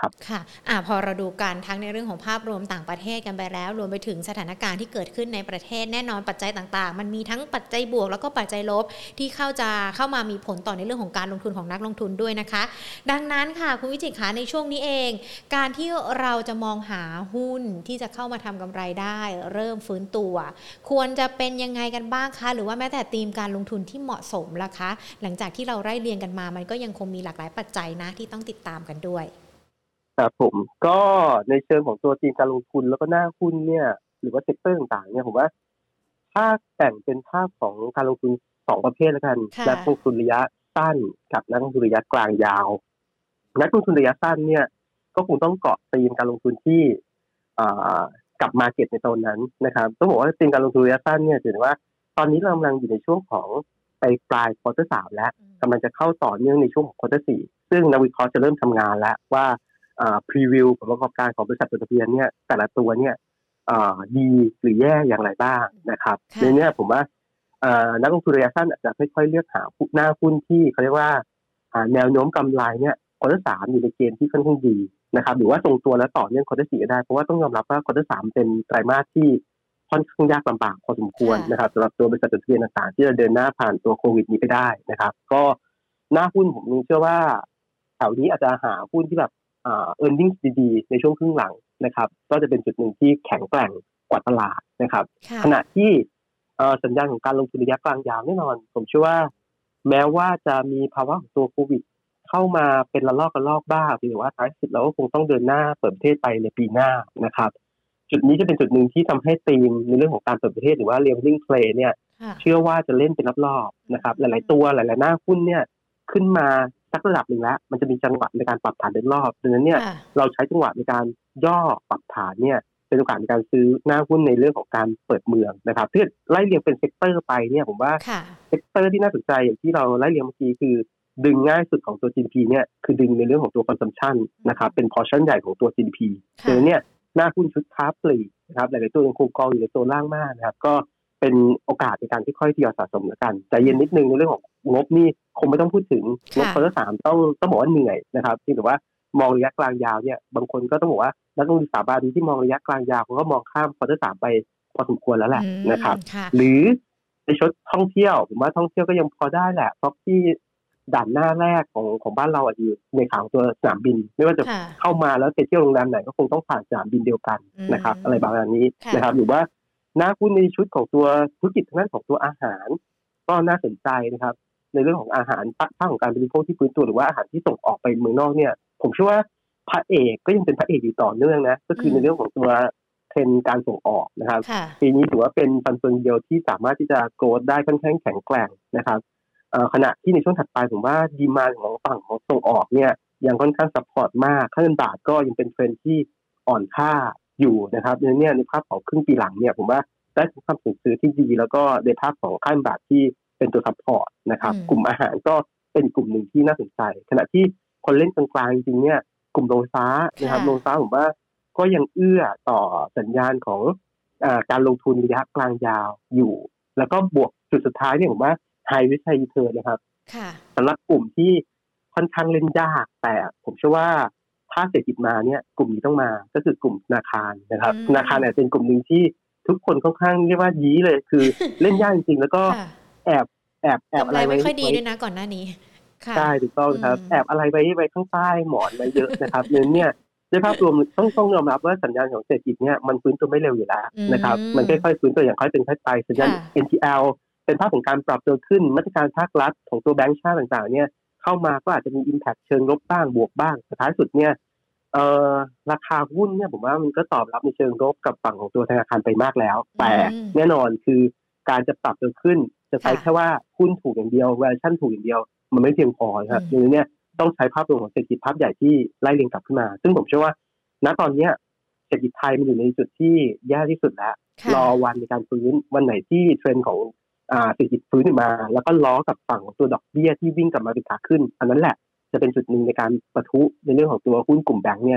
ครับค่ะอ่าพอเราดูกันทั้งในเรื่องของภาพรวมต่างประเทศกันไปแล้วรวมไปถึงสถานการณ์ที่เกิดขึ้นในประเทศแน่นอนปัจจัยต่างๆมันมีทั้งปัจจัยบวกแล้วก็ปัจจัยลบที่เข้าจะเข้ามามีผลต่อในเรื่องของการลงทุนของนักลงทุนด้วยนะคะดังนั้นค่ะคุณวิจิตรคะในช่วงนี้เองการที่เราจะมองหาหุ้นที่จะเข้ามาทำกำไรได้เริ่มฟื้นตัวควรจะเป็นยังไงกันบ้างคะหรือว่าแม้แต่ธีมการลงทุนที่เหมาะสมล่ะคะหลังจากที่เราไล่เรียงกันมามันก็ยังคงมีหลากหลายปัจจัยนะที่ต้องติดตามกันด้วยครับผมก็ในเชิงของตัวทีมการลงทุนแล้วก็หน้าหุ้นเนี่ยหรือว่าเซกเตอร์ต่างๆเนี่ยผมว่าถ้าแบ่งเป็นภาพของการลงทุนสองประเภทแล้วกันนักลงทุนระยะสั้นกับนักลงทุนระยะกลางยาวนักลงทุนระยะสั้นเนี่ยก็คงต้องเกาะธีมการลงทุนที่กับมาร์เก็ตในตอนนั้นนะครับต้องบอกว่าธีมการลงทุนระยะสั้นเนี่ยถือว่าตอนนี้เรากำลังอยู่ในช่วงของไปปลายควอเตอร์สามแล้วกำลังจะเข้าต่อเนื่องในช่วงของควอเตอร์สี่ซึ่งนักวิเคราะห์จะเริ่มทำงานแล้วว่าอ่าพรีวิวผลประกอบการของบริษัทจดทะเบียนเนี่ยแต่ละตัวเนี่ยอ่าดีหรือแย่อย่างไรบ้างนะครับในนี้ผมว่าอ่านักลงทุนระยะสั้นอาจจะค่อยๆเลือกหาหน้าหุ้นที่เขาเรียกว่าอ่าแนวโน้มกำไรเนี่ยควอเตอร์สามอยู่ในเกณฑ์ที่ค่อนข้างดีนะครับหรือว่าทรงตัวแล้วต่อเนื่องควอเตอร์สี่ก็ได้เพราะว่าต้องยอมรับว่าควอเตอร์สามเป็นไตรมาสที่ค่อนข้างยากลำบากพอสมควรนะครับสำหรับตัวบริษัทจดทะเบียนต่างๆที่จะเดินหน้าผ่านตัวโควิดนี้ไปได้นะครับก็หน้าหุ้นผมเชื่อว่าแถวนี้อาจจะหาหุ้นที่แบบอ่า earnings ดีๆในช่วงครึ่งหลังนะครับก็จะเป็นจุดหนึ่งที่แข็งแกร่งกว่าตลาดนะครับขณะที่สัญญาณของการลงทุนระยะกลางยาวแน่นอนผมเชื่อว่าแม้ว่าจะมีภาวะของตัวโควิดเข้ามาเป็นระลอกระลอกบ้างหรือว่าท้ายสุดเราก็คงต้องเดินหน้าเปิดประเทศไปในปีหน้านะครับจุดนี้จะเป็นจุดหนึ่งที่ทำให้ธีมในเรื่องของการเปิดประเทศหรือว่า leveling play เนี่ยเชื่อว่าจะเล่นเป็นรอบๆนะครับหลายๆตัวหลายๆหน้าหุ้นเนี่ยขึ้นมาสักระดับหนึ่งแล้วมันจะมีจังหวะในการปรับฐานเป็นรอบดังนั้นเนี่ยเราใช้จังหวะในการย่อปรับฐานเนี่ยเป็นโอกาสในการซื้อหน้าหุ้นในเรื่องของการเปิดเมืองนะครับเพื่อไล่เรียงเป็นเซกเตอร์ไปเนี่ยผมว่าเซกเตอร์ที่น่าสนใจอย่างที่เราไล่เรียงเมื่อกี้คือดึงง่ายสุดของตัว จี ดี พี เนี่ยคือดึงในเรื่องของตัว consumption นะครับเป็น portion ใหญ่ของตัว จี ดี พี ดังนั้นเนี่ยหน้าหุ้นชุดค้าปลีกนะครับหลายๆตัวยังคงกองอยู่ในโซนล่างมากนะครับก็เป็นโอกาสในการที่ค่อยทยอยสะสมแล้วกันใจเย็นนิดนึงในเรื่องของงบนี่คงไม่ต้องพูดถึงงบควอเตอร์สามต้องต้องบอกว่าเหนื่อยนะครับที่แต่ว่ามองระยะกลางยาวเนี่ยบางคนก็ต้องบอกว่านักลงทุนสถาบันที่มองระยะกลางยาวเขาก็มองข้ามควอเตอร์สามไปพอสมควรแล้วแหละนะครับหรือในชุดท่องเที่ยวผมว่าท่องเที่ยวก็ยังพอได้แหละเพราะที่ด่านหน้าแรกของของบ้านเราอ่ะอยู่ในข่าวตัวสนามบินไม่ว่าจะเข้ามาแล้วไปเที่ยวโรงแรมไหนก็คงต้องผ่านสนามบินเดียวกันนะครับอะไรบางอย่างนี้นะครับหรือว่าหน้าหุ้นในชุดของตัวธุรกิจทางด้านของตัวอาหารก็น่าสนใจนะครับในเรื่องของอาหารภาคของการบริโภคที่ฟื้นตัวหรือว่าอาหารที่ส่งออกไปเมืองนอกเนี่ยผมเชื่อว่าพระเอกก็ยังเป็นพระเอกอยู่ต่อเนื่องนะก็คือในเรื่องของตัวเทรนด์การส่งออกนะครับปีนี้ถือว่าเป็นฟันเฟืองเดียวที่สามารถที่จะโกรธได้ค่อนข้างแข็งแกร่งนะครับขณะที่ในช่วงถัดไปผมว่าดีมานด์ของฝั่งของส่งออกเนี่ยยังค่อนข้างซัพพอร์ตมากค่าเงินบาทก็ยังเป็นเทรนด์ที่อ่อนค่าอยู่นะครับในเนี่ยในภาพของครึ่งปีหลังเนี่ยผมว่าได้ความสูงซื้อที่ดีแล้วก็ในภาพของค่าเงินบาทที่เป็นตัวซัพพอร์ตนะครับกลุ่มอาหารก็เป็นกลุ่มหนึ่งที่น่าสนใจขณะที่คนเล่นกลางๆจริงๆเนี่ยกลุ่มโรงไฟฟ้านะครับโรงไฟฟ้าผมว่าก็ยังเอื้อต่อสัญญาณของอ่าการลงทุนระยะกลางยาวอยู่แล้วก็บวกจุดสุดท้ายเนี่ยผมว่าhigh risk high return นะครับสำหรับกลุ่มที่ค่อนข้างเล่นยากแต่ผมเชื่อว่าถ้าเศรษฐกิจมาเนี่ยกลุ่มนี้ต้องมาก็คือกลุ่มธนาคารนะครับธนาคารเนี่ยเป็นกลุ่มหนึ่งที่ทุกคนค่อนข้างเรียกว่ายี้เลยคือเล่นยากจริงๆแล้วก็แอบแอบแอบอะไรไว้ไม่ค่อยดีด้วยนะก่อนหน้านี้ใช่ถูกต้องครับแอบอะไรไว้ไว้ข้างใต้หมอนไว้เยอะนะครับเนื่องเนี่ยในภาพรวมต้องต้องยอมรับว่าสัญญาณของเศรษฐกิจเนี่ยมันฟื้นตัวไม่เร็วอยู่แล้วนะครับมันค่อยๆฟื้นตัวอย่างค่อยเป็นค่อยไปสัญญาณ เอ็น ที แอล เป็นภาพของการปรับตัวขึ้นมาตรการภาครัฐของตัวแบงก์ชาติต่างๆเนี่ยเข้ามาก็อาจจะมี impact เชิงลบบ้างบวกบ้างสุดท้ายสุดเนี่ยเอ่อราคาหุ้นเนี่ยผมว่ามันก็ตอบรับในเชิงลบกับฝั่งของตัวธนาคารไปมากแล้วแต่แน่นอนคือการจะปรับตัวขึ้นจะใช้แค่ว่าหุ้นถูกอย่างเดียว valuation ถูกอย่างเดียวมันไม่เพียงพอครับดังนั้นเนี่ยต้องใช้ภาพรวมของเศรษฐกิจภาพใหญ่ที่ไล่เรียงกลับขึ้นมาซึ่งผมเชื่อว่าณตอนนี้เศรษฐกิจไทยมันอยู่ในจุดที่แย่ที่สุดแล้วรอวันในการฟื้นวันไหนที่เทรนด์ของอ่าเศรษฐกิจฟื้นมาแล้วก็ล้อกับฝั่งของตัวดอกเบี้ยที่วิ่งกลับมาเป็นขาขึ้นอันนั้นแหละจะเป็นจุดหนึ่งในการปะทุในเรื่องของตัวหุ้นกลุ่มแบงค์เนี่ย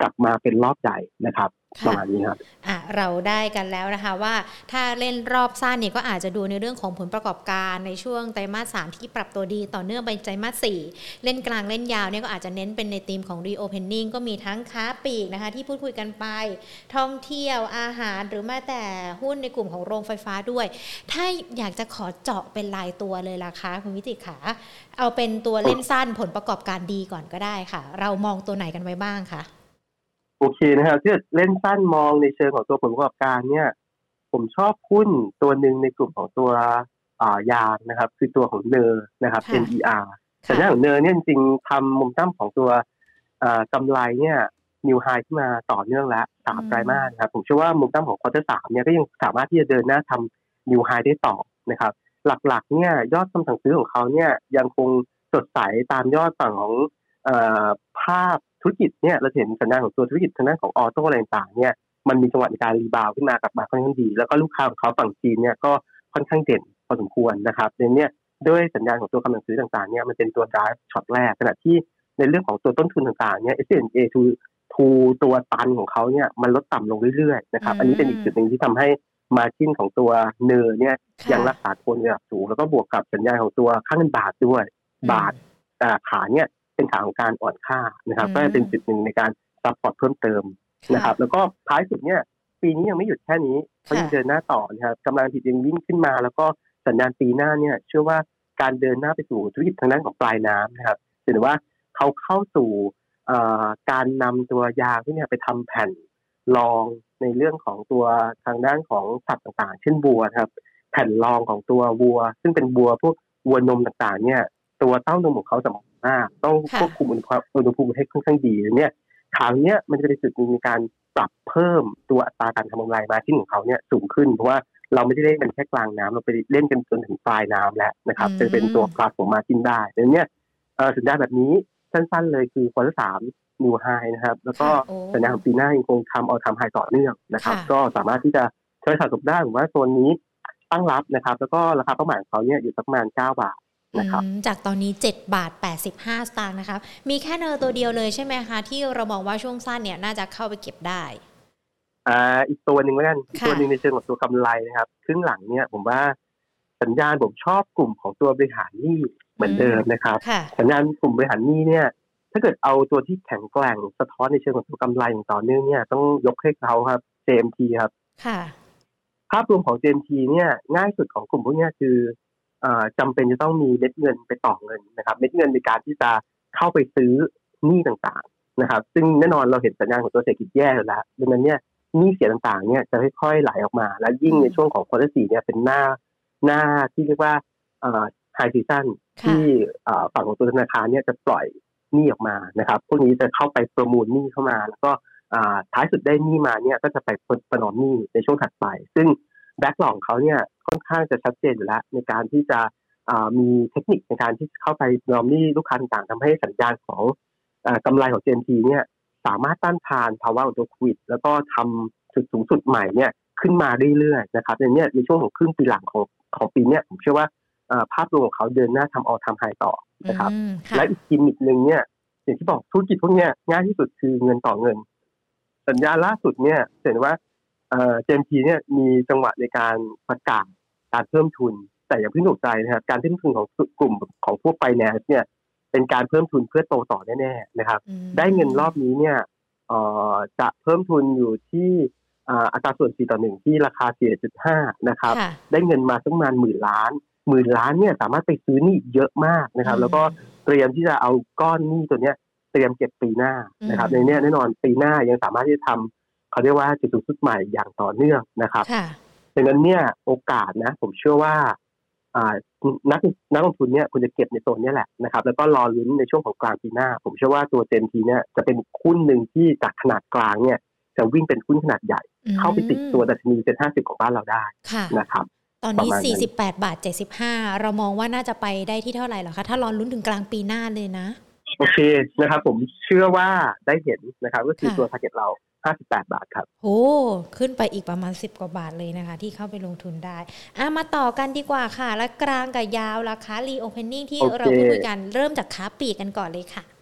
กลับมาเป็นรอบใหญ่นะครับประมาณนี้ครับอ่ะเราได้กันแล้วนะคะว่าถ้าเล่นรอบสั้นเนี่ยก็อาจจะดูในเรื่องของผลประกอบการในช่วงไตรมาสสามที่ปรับตัวดีต่อเนื่องไปไตรมาสสี่เล่นกลางเล่นยาวเนี่ยก็อาจจะเน้นเป็นในธีมของ reopening ก็มีทั้งค้าปลีกนะคะที่พูดคุยกันไปท่องเที่ยวอาหารหรือแม้แต่หุ้นในกลุ่มของโรงไฟฟ้าด้วยถ้าอยากจะขอเจาะเป็นรายตัวเลยล่ะคะคุณวิจิตรขาเอาเป็นตัวเล่นสั้นผลประกอบการดีก่อนก็ได้ค่ะเรามองตัวไหนกันไว้บ้างคะโอเคนะครับที่เล่นสั้นมองในเชิงของตัวผลประกอบการเนี่ยผมชอบหุ้นตัวหนึ่งในกลุ่มของตัวอ่ายางนะครับคือตัวของเนอร์นะครับ เอ็น อี อาร์ แต่เรื่องของเนอร์เนี่ยจริงๆทำมุมตั้มของตัวกำไรเนี่ยนิวไฮขึ้นมาต่อเนื่องแล้วสามไตรมาสนะครับผมเชื่อว่ามุมตั้มของควอเตอร์สามเนี่ยก็ยังสามารถที่จะเดินหน้าทำนิวไฮได้ต่อนะครับหลักๆเนี่ยยอดคำสั่งซื้อของเขาเนี่ยยังคงสดใสตามยอดฝั่งของภาพธุรกิจเนี่ยเราเห็นสัญญาณของตัวธุรกิจทางด้านของออโต้อะไรต่างๆเนี่ยมันมีจังหวะในการรีบาวขึ้นมากลับมาค่อนข้างดีแล้วก็ลูกค้าของเขาฝั่งจีนเนี่ยก็ค่อนข้างเด่นพอสมควรนะครับในนี้ด้วยสัญญาณของตัวคำสั่งซื้อต่างๆเนี่ยมันเป็นตัว drive ช็อตแรกขณะที่ในเรื่องของตัวต้นทุนต่างๆเนี่ย เอส แอนด์ พี ทู ทูตัวตันของเขาเนี่ยมันลดต่ำลงเรื่อยๆนะครับอันนี้เป็นอีกจุดหนึ่งที่ทำให้margin ของตัวเนอร์เนี่ยยังรักษาโทนระดับสูงแล้วก็บวกกับสัญญาณของตัวค่าเงินบาทด้วยบาทขาเนี่ยเป็นขาของการอ่อนค่านะครับก็เป็นจุดหนึ่งในการซัพพอร์ตเพิ่มเติมนะครับแล้วก็ท้ายสุดเนี่ยปีนี้ยังไม่หยุดแค่นี้เขายังเดินหน้าต่อนะครับกำลังผลิตยังวิ่งขึ้นมาแล้วก็สัญญาณปีหน้าเนี่ยเชื่อว่าการเดินหน้าไปสู่ธุรกิจทางด้านของปลายน้ำนะครับถือว่าเขาเข้าสู่การนำตัวยางที่เนี่ยไปทำแผ่นรองในเรื่องของตัวทางด้านของสัตว์ต่างๆเช่นวัวครับแผ่นรองของตัววัวซึ่งเป็นวัวพวกวัวนมต่างๆเนี่ยตัวเต้านมของเขาสำคัญมากต้องควบคุมอุณหภูมิให้ค่อนข้างดีเนี่ยทางเนี้ยมันจะเป็นจุดในการปรับเพิ่มตัวอัตราการทำกำไรมาที่ของเขาเนี่ยสูงขึ้นเพราะว่าเราไม่ได้เล่นกันแค่กลางน้ำเราไปเล่นกันจนถึงปลายน้ำแล้วนะครับจะเป็นตัวปลาของมาจิ้นได้ดังนั้นเนี่ยสัญญาณแบบนี้สั้นๆเลยคือควอเตอร์สามนิวไฮนะครับแล้วก็สัญญาณของปีหน้ายังคงทำเอาทำไฮต่อเนื่องนะครับก็สามารถที่จะใช้สะสมได้ผมว่าโซนนี้ตั้งรับนะครับแล้วก็ราคาเป้าหมายของเขาเนี่ยอยู่ประมาณเก้าบาทจากตอนนี้เจ็ดบาทแปดสิบห้าสตางค์นะคะมีแค่เนอร์ตัวเดียวเลยใช่ไหมคะที่เรามองว่าช่วงสั้นเนี่ยน่าจะเข้าไปเก็บได้อ่าอีกตัวหนึ่งแล้วกันอีกตัวหนึ่งในเชิงของตัวกำไรนะครับครึ่งหลังเนี่ยผมว่าสัญญาณผมชอบกลุ่มของตัวบริหารหนี้เหมือนเดิมนะครับสัญญาณกลุ่มบริหารหนี้เนี่ยถ้าเกิดเอาตัวที่แข็งแกร่งสะท้อนในเชิงของตัวกำไรอย่างต่อเนื่องเนี่ยต้องยกให้เขาครับ เจ เอ็ม ที ครับค่ะภาพรวมของ เจ เอ็ม ที เนี่ยง่ายสุดของกลุ่มพวกนี้คือจำเป็นจะต้องมีเม็ดเงินไปต่อเงินนะครับเม็ดเงินในการที่จะเข้าไปซื้อหนี้ต่างๆนะครับซึ่งแน่นอนเราเห็นสัญญาณของตัวเศรษฐกิจแย่แล้วดังนั้นเนี่ยหนี้เสียต่างๆเนี่ยจะค่อยๆไหลออกมาและยิ่งในช่วงของควอเตอร์สี่เนี่ยเป็นหน้าหน้าที่เรียกว่าไฮซีซั่นที่ฝั่งของตัวธนาคารเนี่ยจะปล่อยหนี้ออกมานะครับพวกนี้จะเข้าไปประมูลหนี้เข้ามาแล้วก็ท้ายสุดได้หนี้มาเนี่ยก็จะไปประนอมหนี้ในช่วงถัดไปซึ่งแบ็คหลอกเขาเนี่ยค่อนข้างจะชัดเจนอยู่แล้วในการที่จะมีเทคนิคในการที่เข้าไปประนอมหนี้ลูกค้าต่างๆทำให้สัญญาณของกำไรของ เจ เอ็ม ที เนี่ยสามารถต้านทานภาวะของตัวโควิดแล้วก็ทำจุดสูงสุดใหม่เนี่ยขึ้นมาเรื่อยๆนะครับในนี้ในช่วงของครึ่งปีหลังของของปีนี้ผมเชื่อว่าภาพรวมของเขาเดินหน้าทำออลไทม์ไฮต่อนะครับและอีกกิมมิคนึงเนี่ยอย่างที่บอกธุรกิจพวกนี้ง่ายที่สุดคือเงินต่อเงินสัญญาล่าสุดเนี่ยเห็นว่าเอ่อ เจ เอ็ม ที เนี่ยมีจังหวะในการประกาศการเพิ่มทุนแต่อย่าเพิ่งตกใจนะครับการเพิ่มทุนของกลุ่มของพวกไฟแนนซ์เนี่ยเป็นการเพิ่มทุนเพื่อโตต่อแน่ๆนะครับได้เงินรอบนี้เนี่ยเอ่อจะเพิ่มทุนอยู่ที่อัตราส่วนสี่ต่อหนึ่งที่ราคา สี่จุดห้า นะครับได้เงินมาสักประมาณหมื่นล้านหมื่นล้านเนี่ยสามารถไปซื้อหนี้เยอะมากนะครับแล้วก็เตรียมที่จะเอาก้อนหนี้ตัวเนี้ยเตรียมเก็บปีหน้านะครับในนี้แน่นอนปีหน้ายังสามารถที่จะทำเขาเรียกว่าจุดสูงสุดใหม่อย่างต่อเนื่องนะครับดังนั้นเนี่ยโอกาสนะผมเชื่อว่านักนักลงทุนเนี่ยควรจะเก็บในโซนนี้แหละนะครับแล้วก็รอลุ้นในช่วงของกลางปีหน้าผมเชื่อว่าตัว เจ เอ็ม ที เนี่ยจะเป็นหุ้นหนึ่งที่จากขนาดกลางเนี่ยจะวิ่งเป็นหุ้นขนาดใหญ่เข้าไปติดตัวดัชนีเซ็นห้าสิบของบ้านเราได้นะครับตอนนี้สี่สิบแปดบาทเจ็ดสิบห้าเรามองว่าน่าจะไปได้ที่เท่าไหร่หรอคะถ้ารอลุ้นถึงกลางปีหน้าเลยนะโอเคนะครับผมเชื่อว่าได้เห็นนะครับก็คือตัว target เราห้าสิบแปดบาทครับโอ้ขึ้นไปอีกประมาณสิบกว่าบาทเลยนะคะที่เข้าไปลงทุนได้อ่ะมาต่อกันดีกว่าค่ะและกลางกับยาวราคา reopening ที่เราพูดกันเริ่มจากค้าปลีกกันก่อนเลยค่ะ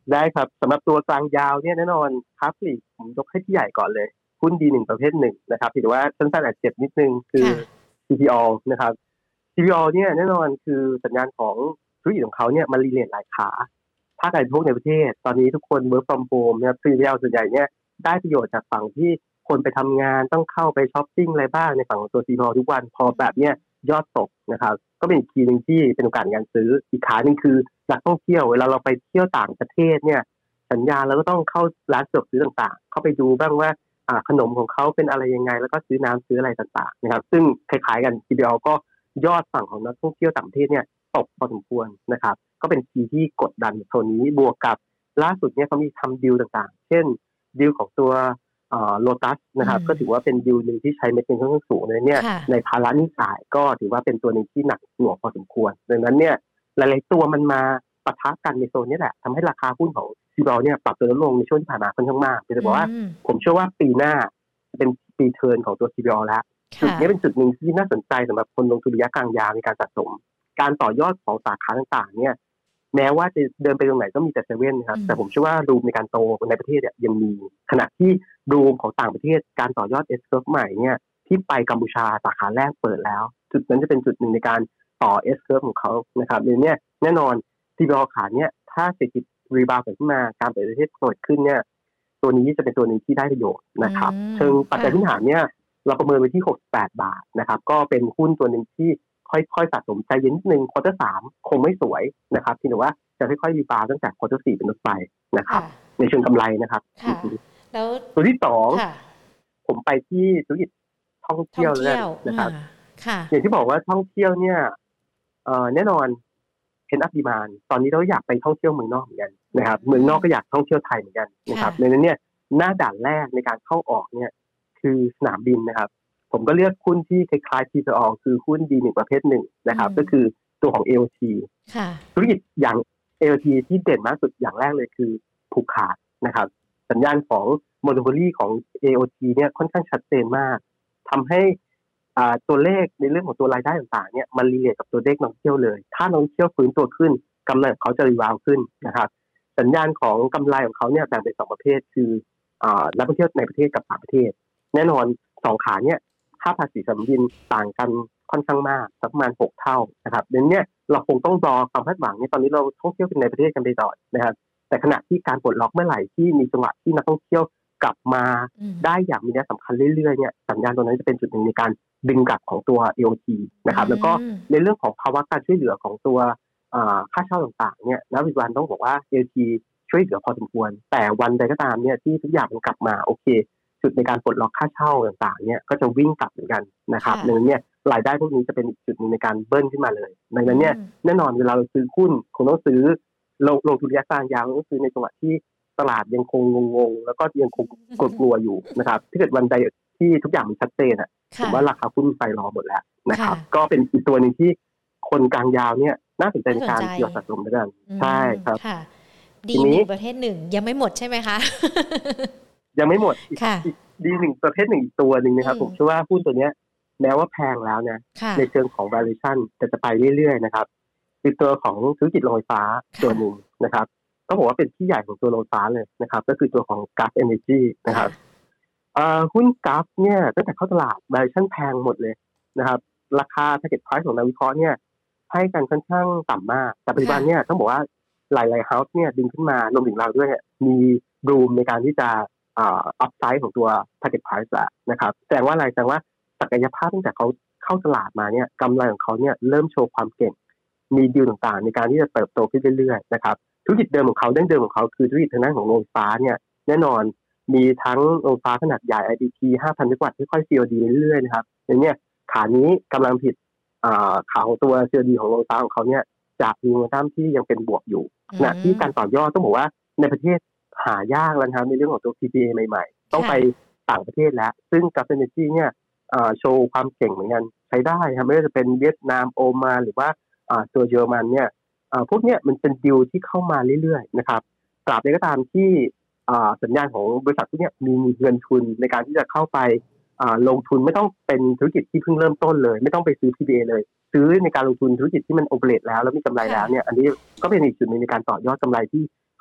ได้ครับสำหรับตัวกลางยาวเนี่ยแน่นอนครับพี่ผมยกให้ที่ใหญ่ก่อนเลยหุ้น ดี หนึ่ง ประเภทหนึ่งนะครับถือว่าสั้นๆอาจเจ็บนิดนึงคือ ซี พี โอ นะครับ ซี พี โอ เนี่ยแน่นอนคือสัญญาณของธุรกิจของเขาเนี่ยมันรีเลทหลายขาภาคการบริโภคในประเทศตอนนี้ทุกคน work from home นะครับ ซี พี โอ ส่วนใหญ่เนี่ยได้ประโยชน์จากฝั่งที่คนไปทำงานต้องเข้าไปช้อปปิ้งอะไรบ้างในฝั่งของตัว ซี พี โอ ทุกวันพอแบบเนี้ยยอดตกนะครับก็เป็นอีกทีนึงที่เป็นโอกาสในการซื้ออีกขานึงคือนักท่องเที่ยวเวลาเราไปเที่ยวต่างประเทศเนี่ยสัญญาเราก็ต้องเข้าร้านสะดวกซื้อต่างๆเข้าไปดูบ้างว่าขนมของเขาเป็นอะไรยังไงแล้วก็ซื้อน้ำซื้ออะไรต่างๆนะครับซึ่งคล้ายๆกัน ซี พี โอ ก็ยอดฝั่งของนักท่องเที่ยวต่างประเทศเนี่ยตกพอสมควรนะครับก็เป็นทีที่กดดันโซนนี้บวกกับล่าสุดเนี่ยเขามีทำดีลต่างๆเช่นดีลของตัวโลตัสนะครับก็ถือว่าเป็นดีลนึงที่ใช้เม็ดเงินค่อนข้างสูงเลยเนี่ยในภาระหนี้จ่ายก็ถือว่าเป็นตัวนึงที่หนักหน่วงพอสมควรดังนั้นเนี่ยหลายๆตัวมันมาปะทะกันในโซนนี้แหละทำให้ราคาหุ้นของ ซี พี โอ เนี่ยปรับตัวลดลงในช่วงที่ผ่านมาค่อนข้างมากจะบอกว่าผมเชื่อว่าปีหน้าจะเป็นปีเทิร์นของตัว ซี พี โอ แล้วจุดนี้เป็นจุดหนึ่งที่น่าสนใจสำหรับคนลงทุนระยะกลางยาวในการสะสมการต่อยอดของสาขาต่างๆเนี่ยแม้ว่าจะเดินไปตรงไหนก็มีแต่เซเว่นนะครับแต่ผมเชื่อว่ารูมในการโตในประเทศเนี่ยยังมีขณะที่รูมของต่างประเทศการต่อยอด S curve ใหม่เนี่ยที่ไปกัมพูชาสาขาแรกเปิดแล้วจุดนั้นจะเป็นจุดหนึ่งในการต่อ S curve ของเขานะครับในนี้แน่นอน ซี พี โอ ขาเนี่ยถ้าเศรษฐกิจรีบาวด์ขึ้นมาการเปิดประเทศเกิดขึ้นเนี่ยตัวนี้จะเป็นตัวหนึ่งที่ได้ประโยชน์นะครับเชิงปัจจัยพื้นฐานเนี่ยเราประเมินไว้ที่หกสิบแปดบาทนะครับก็เป็นหุ้นตัวหนึ่งที่ค่อยๆสะสมใจเย็นนิดนึงควอเตอร์สามคงไม่สวยนะครับที่แต่ว่าจะค่อยๆรีบาวด์ตั้งแต่ควอเตอร์สี่เป็นต้นไปนะครับในเชิงกำไรนะครับแล้วตัวที่สองผมไปที่ธุรกิจท่องเที่ยวแล้วนะครับอย่างที่บอกว่าท่องเที่ยวเนี่ยแน่นอนเพนท์อัพดีมานด์ตอนนี้เราอยากไปท่องเที่ยวเมืองนอกเหมือนกันนะครับเมืองนอกก็อยากท่องเที่ยวไทยเหมือนกันนะครับในนั้นเนี่ยหน้าด่านแรกในการเข้าออกเนี่ยคือสนามบินนะครับผมก็เลือกหุ้นที่คล้ายๆ ซี พี โอ คือหุ้น ดี หนึ่ง ประเภทหนึ่งนะครับก็คือตัวของ เอ โอ ที ธุรกิจอย่าง เอ โอ ที ที่เด่นมากสุดอย่างแรกเลยคือผูกขาดนะครับสัญญาณของโมโนโพลีของ เอ โอ ที เนี่ยค่อนข้างชัดเจนมากทำให้ตัวเลขในเรื่องของตัวรายได้ต่างๆเนี่ยมันรีเลทกับตัวเลขนักท่องเที่ยวเลยถ้านักท่องเที่ยวฟื้นตัวขึ้นกำไรของเขาจะรีบาวด์ขึ้นนะครับสัญญาณของกำไรของเขาเนี่ยแบ่งเป็นสองประเภทคือนักท่องเที่ยวในประเทศกับต่างประเทศแน่นอนสองขาเนี่ยค่าภาษีสนามบินต่างกันค่อนข้างมากประมาณหกเท่านะครับดังนั้นเราคงต้องรอความคาดหวังในตอนนี้เราท่องเที่ยวกันในประเทศกันไปก่อนนะครับแต่ขณะที่การปลดล็อกเมื่อไหร่ที่มีจังหวะที่นักท่องเที่ยวกลับมาได้อย่างมีนัยสำคัญเรื่อยๆเนี่ยสัญญาณตรงนั้นจะเป็นจุดหนึ่งในการดึงกลับของตัว เอ โอ ที นะครับแล้วก็ในเรื่องของภาวะการช่วยเหลือของตัวค่าเช่าต่างๆเนี่ยณปัจจุบันต้องบอกว่า เอ โอ ที ช่วยเหลือพอสมควรแต่วันใดก็ตามเนี่ยที่ทุกอย่างมันกลับมาโอเคจุดในการปลดล็อกค่าเช่าต่างๆเนี่ยก็จะวิ่งกลับเหมือนกันนะครับดังนั้นเนี่ยรายได้พวกนี้จะเป็นจุดนึงในการเบิ้ลขึ้นมาเลยดังนั้นเนี่ยแน่นอนเวลาเราซื้อหุ้นคงต้องซื้อลงลงทุนระยะกลางยาวต้องซื้อในจังหวะที่ตลาดยังคงงงๆแล้วก็ยังคงกลัวๆอยู่นะครับถ้าเกิดวันใดที่ทุกอย่างมันชัดเจนอ่ะผมว่าราคาหุ้นไปรอหมดแล้วนะครับก็เป็นอีกตัวนึงที่คนกลางยาวเนี่ยน่าสนใจในการเกี่ยวสะสมด้วยกันใช่ครับดีหนึ่งประเภทหนึ่งยังไม่หมดใช่ไหมคะยังไม่หมดอีกดีหนึ่งประเภทหนึ่งอีกตัวนึงนะครับผมเชื่อว่าหุ้นตัวเนี้ยแม้ว่าแพงแล้วนะในเชิงของ valuation แต่จะไปเรื่อยๆนะครับคือตัวของธุรกิจโรงไฟฟ้าตัวหนึ่งนะครับต้องบอกว่าเป็นที่ใหญ่ของตัวโรงไฟฟ้าเลยนะครับก็คือตัวของ Gulf Energy นะครับหุ้น Gulf เนี่ยตั้งแต่เข้าตลาด valuation แพงหมดเลยนะครับราคา target price ของนักวิเคราะห์เนี่ยให้กันค่อนข้างต่ำมากแต่ปัจจุบันเนี่ยต้องบอกว่าหลายๆ house เนี่ยดึงขึ้นมารวมถึงเราด้วยมีรูมในการที่จะอ่า upside ของตัว target price แล้วนะครับแสดงว่าอะไรแสดงว่าศักยภาพตั้งแต่เขาเข้าตลาดมาเนี่ยกำไรของเขาเนี่ยเริ่มโชว์ความเก่งมีดีลต่างๆในการที่จะเติบโตขึ้นเรื่อยๆนะครับธุรกิจเดิมของเขาดั้งเดิมของเขาคือธุรกิจทางด้านของโรงไฟฟ้าเนี่ยแน่นอนมีทั้งโรงไฟฟ้าขนาดใหญ่ ไอ ดี ที ห้าพัน เมกะวัตต์ที่ค่อย ซี โอ ดี เรื่อยๆนะครับอย่างเนี้ยขานี้กำลังผิดอ่าขาของตัว ซี โอ ดี ของโรงไฟฟ้าของเขาเนี่ยจากมีโมเมนตัมที่ยังเป็นบวกอยู่ขณะที่การต่อยอดต้องบอกว่าในประเทศหายากแล้วนะครับในเรื่องของตัว พี พี เอ ใหม่ๆต้องไปต่างประเทศแล้วซึ่ง Gulf Energy เนี่ยโชว์ความเก่งเหมือนกันใช้ได้ครับไม่ว่าจะเป็นเวียดนามโอมานหรือว่าตัวเยอรมันเนี่ยพวกเนี้ยมันเป็นดีลที่เข้ามาเรื่อยๆนะครับตราบใดก็ตามที่สัญญาณของบริษัทพวกเนี้ยมีเงินทุนในการที่จะเข้าไปลงทุนไม่ต้องเป็นธุรกิจที่เพิ่งเริ่มต้นเลยไม่ต้องไปซื้อ พี พี เอ เลยซื้อในการลงทุนธุรกิจที่มันโอเปเรตแล้วแล้วมีกำไรแล้วเนี่ยอันนี้ก็เป็นอีกจุดนึงในการต่อยอดกำไรที่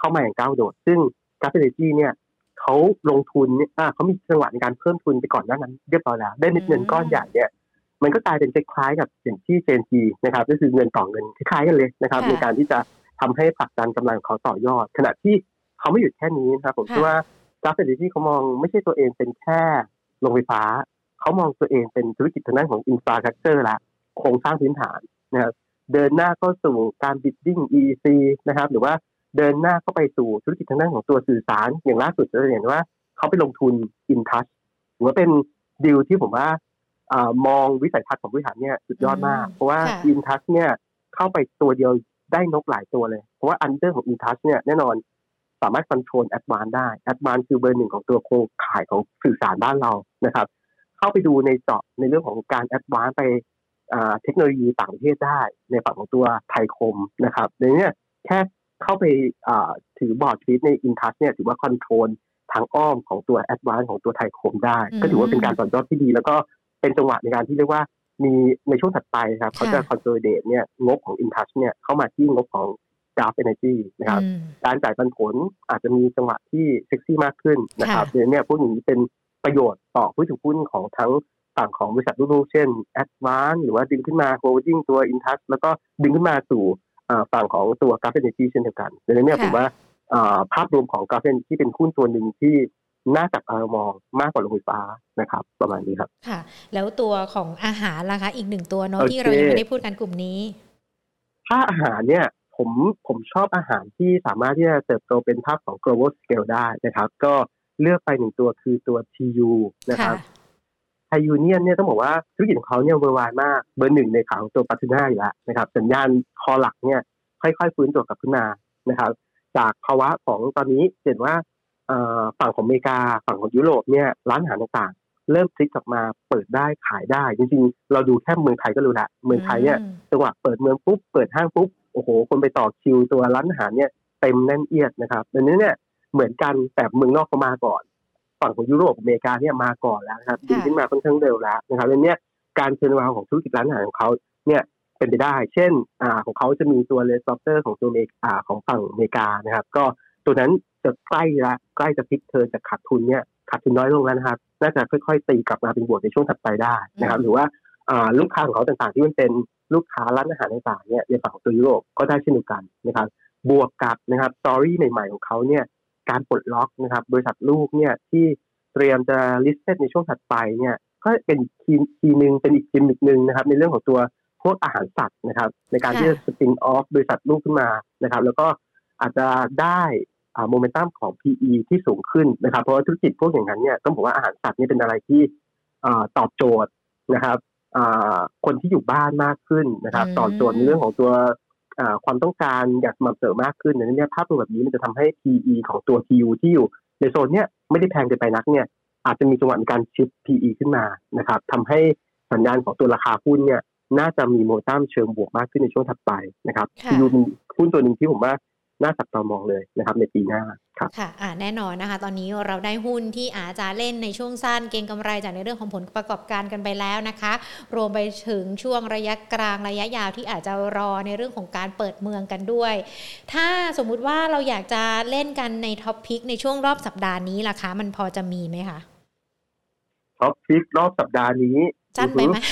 เข้ามาอย่างก้าวกระโดดซึ่ง Gulf Energy เนี่ยเขาลงทุนเนี่ยเขามีจังหวะในการเพิ่มทุนไปก่อนหน้านั้นเรียบร้อยแล้วได้เงินก้อนใหญ่เนี่ยมันก็กลายเป็นคล้ายๆกับอย่างที่ เจ เอ็น ที นะครับก็คือเงินต่อเงินคล้ายๆกันเลยนะครับในการที่จะทำให้ผลักดันกำไรของเขาต่อยอดขณะที่เขาไม่หยุดแค่นี้นะครับผมคิดว่า Gulf Energy เขามองไม่ใช่ตัวเองเป็นแค่โรงไฟฟ้าเขามองตัวเองเป็นธุรกิจทางด้านของ infrastructure ละโครงสร้างพื้นฐานนะครับเดินหน้าเข้าสู่การ bidding อี อี ซี นะครับหรือว่าเดินหน้าเข้าไปสู่ธุรกิจทางด้านของตัวสื่อสารอย่างล่าสุดจะเห็นว่าเขาไปลงทุน InTouch ถือว่าเป็นดีลที่ผมว่าอ่ามองวิสัยทัศน์ของบริษัทเนี่ยสุดยอดมากเพราะว่า InTouch เนี่ยเข้าไปตัวเดียวได้นกหลายตัวเลยเพราะว่า under ของ InTouch เนี่ยแน่นอนสามารถ control Advanced ได้ Advanced คือเบอร์หนึ่งของตัวโครงข่ายของสื่อสารบ้านเรานะครับเข้าไปดูในเจาะในเรื่องของการ Advanced ไปเทคโนโลยีต่างประเทศได้ในฝั่งของตัวไทยคมนะครับในนี้แค่เข้าไปถือบอร์ดชีทใน InTouch เนี่ยถือว่าคอนโทรลทางอ้อมของตัว Advanced ของตัวไทยคมได้ก็ถือว่าเป็นการต่อยอดที่ดีแล้วก็เป็นจังหวะในการที่เรียกว่ามีในช่วงถัดไปครับเขาจะ consolidate เนี่ยงบของ InTouch เนี่ยเข้ามาที่งบของ Gulf Energy นะครับการจ่ายปันผลอาจจะมีจังหวะที่เซ็กซี่มากขึ้นนะครับเนี่ยพวกนี้เป็นประโยชน์ต่อผู้ถือหุ้นของทั้งฝั่งของบริษัทลูกๆเช่น Advanced หรือว่าดึงขึ้นมา holding ตัว InTouch แล้วก็ดึงขึ้นมาสู่ฝั่งของตัว Gulf Energy เช่นเดียวกันดังนั้นเนี่ยผมว่าภาพรวมของ Gulf Energy ที่เป็นหุ้นตัวหนึ่งที่น่าจับตามองมากกว่าโรงไฟฟ้านะครับประมาณนี้ครับค่ะแล้วตัวของอาหารล่ะคะอีกหนึ่งตัวเนาะ okay. ที่เรายังไม่ได้พูดกันกลุ่มนี้ถ้าอาหารเนี่ยผมผมชอบอาหารที่สามารถที่จะเติบโตเป็นภาพของ global scale ได้นะครับก็เลือกไปหนึ่งตัวคือตัว ที ยู นะครับไทยยูเนี่ยเนี่ยต้องบอกว่าธุรกิจของเขาเนี่ยเวอร์ไวมากเบอร์หนึ่งในขาของตัวปัตตุน่าอยู่แล้วนะครับสัญญาณคอหลักเนี่ยค่อยๆฟื้นตัวกลับขึ้นมานะครับจากภาวะของตอนนี้เห็นว่าฝั่งของอเมริกาฝั่งของยุโรปเนี่ยร้านอาหารต่างๆเริ่มพลิกกลับมาเปิดได้ขายได้จริงๆเราดูแค่เมืองไทยก็รู้ละเมืองไทยเนี่ยจังหวะเปิดเมืองปุ๊บเปิดห้างปุ๊บโอ้โหคนไปต่อคิวตัวร้านอาหารเนี่ยเต็มแน่นเอียดนะครับดังนั้นเนี่ยเหมือนกันแต่เมืองนอกเขามาก่อนฝั่งของยุโรปอเมริกาเนี่ยมาก่อนแล้วครับดึงขึ้นมาค่อนข้างเร็วแล้วนะครับดังนั้นการเชิญมาของธุรกิจร้านอาหารของเขาเนี่ยเป็นไปได้เช่นอ่าของเขาจะมีตัวเลสซอฟเตอร์ของตัวเมกอ่าของฝั่งอเมริกานะครับก็ตัวนั้นจะใกล้ละใกล้จะพลิกเทิร์นจากขาดทุนเนี่ยขาดทุนน้อยลงแล้วนะครับน่าจะค่อยๆตีกลับมาเป็นบวกในช่วงถัดไปได้นะครับหรือว่าอ่าลูกค้าของเขาต่างๆที่มันเป็นลูกค้าร้านอาหารต่างๆเนี่ยในฝั่งของตัวยุโรปก็ได้เช่นเดียวกันนะครับบวกกับนะครับสตอรี่ใหม่ๆของเขาเนี่ยการปลดล็อกนะครับบริษัทลูกเนี่ยที่เตรียมจะ listed ในช่วงถัดไปเนี่ยก็เป็นคีย์คีย์นึงเป็นอีกคีย์นึงนะครับในเรื่องของตัวพวกอาหารสัตว์นะครับในการที่จะ spin off บริษัทลูกขึ้นมานะครับแล้วก็อาจจะได้อ่าโมเมนตัมของ พี อี ที่สูงขึ้นนะครับเพราะว่าธุรกิจพวกอย่างนั้นเนี่ยต้องบอกว่าอาหารสัตว์นี่เป็นอะไรที่อ่าตอบโจทย์นะครับอ่าคนที่อยู่บ้านมากขึ้นนะครับตอบโจทย์ในเรื่องของตัวอ่าความต้องการอยากสม่ำเสมอมากขึ้นในนี้ภาพรวมแบบนี้มันจะทำให้ พี อี ของตัว ที ยู ที่อยู่ในโซนเนี้ยไม่ได้แพงเกินไปนักเนี่ยอาจจะมีจังหวะในการชิป พี อี ขึ้นมานะครับทำให้สัญญาณของตัวราคาหุ้นเนี่ยน่าจะมีโมเมนตัมเชิงบวกมากขึ้นในช่วงถัดไปนะครับ ที ยู เป็นหุ้นตัวหนึ่งที่ผมว่าน่าจับตามองเลยนะครับในปีหน้าครับค่ะอ่าแน่นอนนะคะตอนนี้เราได้หุ้นที่อาจจะเล่นในช่วงสั้นเก็งกำไรจากในเรื่องของผลประกอบการกันไปแล้วนะคะรวมไปถึงช่วงระยะกลางระยะยาวที่อาจจะรอในเรื่องของการเปิดเมืองกันด้วยถ้าสมมุติว่าเราอยากจะเล่นกันในท็อปพิกในช่วงรอบสัปดาห์นี้ล่ะคะมันพอจะมีไหมคะท็อปพิกรอบสัปดาห์นี้สั้นไปไหม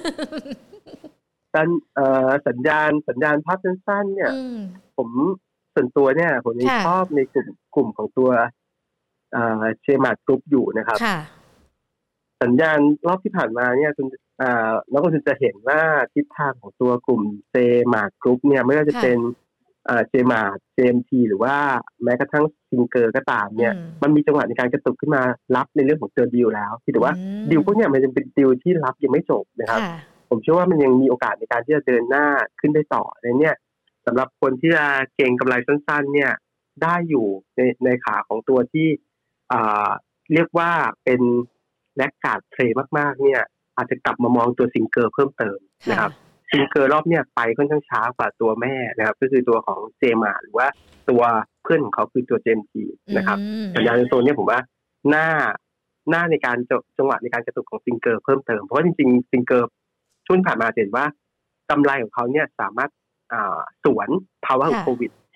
สัญเอ่อสัญญาณสัญญาณภาพสั้นๆเนี่ยผมส่วนตัวเนี่ยผมชอบในกลุ่มกลุ่มของตัวเอ่อเชมาร์ทกรุ๊ปอยู่นะครับสัญญาณรอบที่ผ่านมาเนี่ยคุณอ่าแล้วก็คุณจะเห็นว่าทิศทางของตัวกลุ่มเชมาร์ทกรุ๊ปเนี่ยไม่ว่าจะเป็นอ่าเชมาร์ท เจ เอ็ม ที หรือว่าแม้กระทั่งซิงเกอร์ก็ตามเนี่ยมันมีจังหวะในการกระตุกขึ้นมารับในเรื่องของเจอดีลแล้วที่ถือว่าดีลพวกนี้มันยังเป็นดีลที่รับยังไม่จบนะครับผมเชื่อว่ามันยังมีโอกาสในการที่จะเดินหน้าขึ้นได้ต่อในเนี่ยสำหรับคนที่จะเก็งกำไรสั้นๆเนี่ยได้อยู่ในในขาของตัวที่อ่าเรียกว่าเป็นแลกการ์ดเทรดมากๆเนี่ยอาจจะกลับมามองตัวซิงเกอร์เพิ่มเติมนะครับซิงเกอร์รอบเนี่ยไปค่อนข้างช้ากว่าตัวแม่นะครับก็คือตัวของเจมาหรือว่าตัวเพื่อนของเขาคือตัวเจมทีนะครับสัญญาณในโซนนี้ผมว่าหน้าหน้าในการจังหวะในการกระตุกของซิงเกอร์เพิ่มเติมเพราะว่าจริงๆซิงเกอร์ช่วงผ่านมาเห็นว่ากำไรของเขาเนี่ยสามารถสวนภาวะของโควิด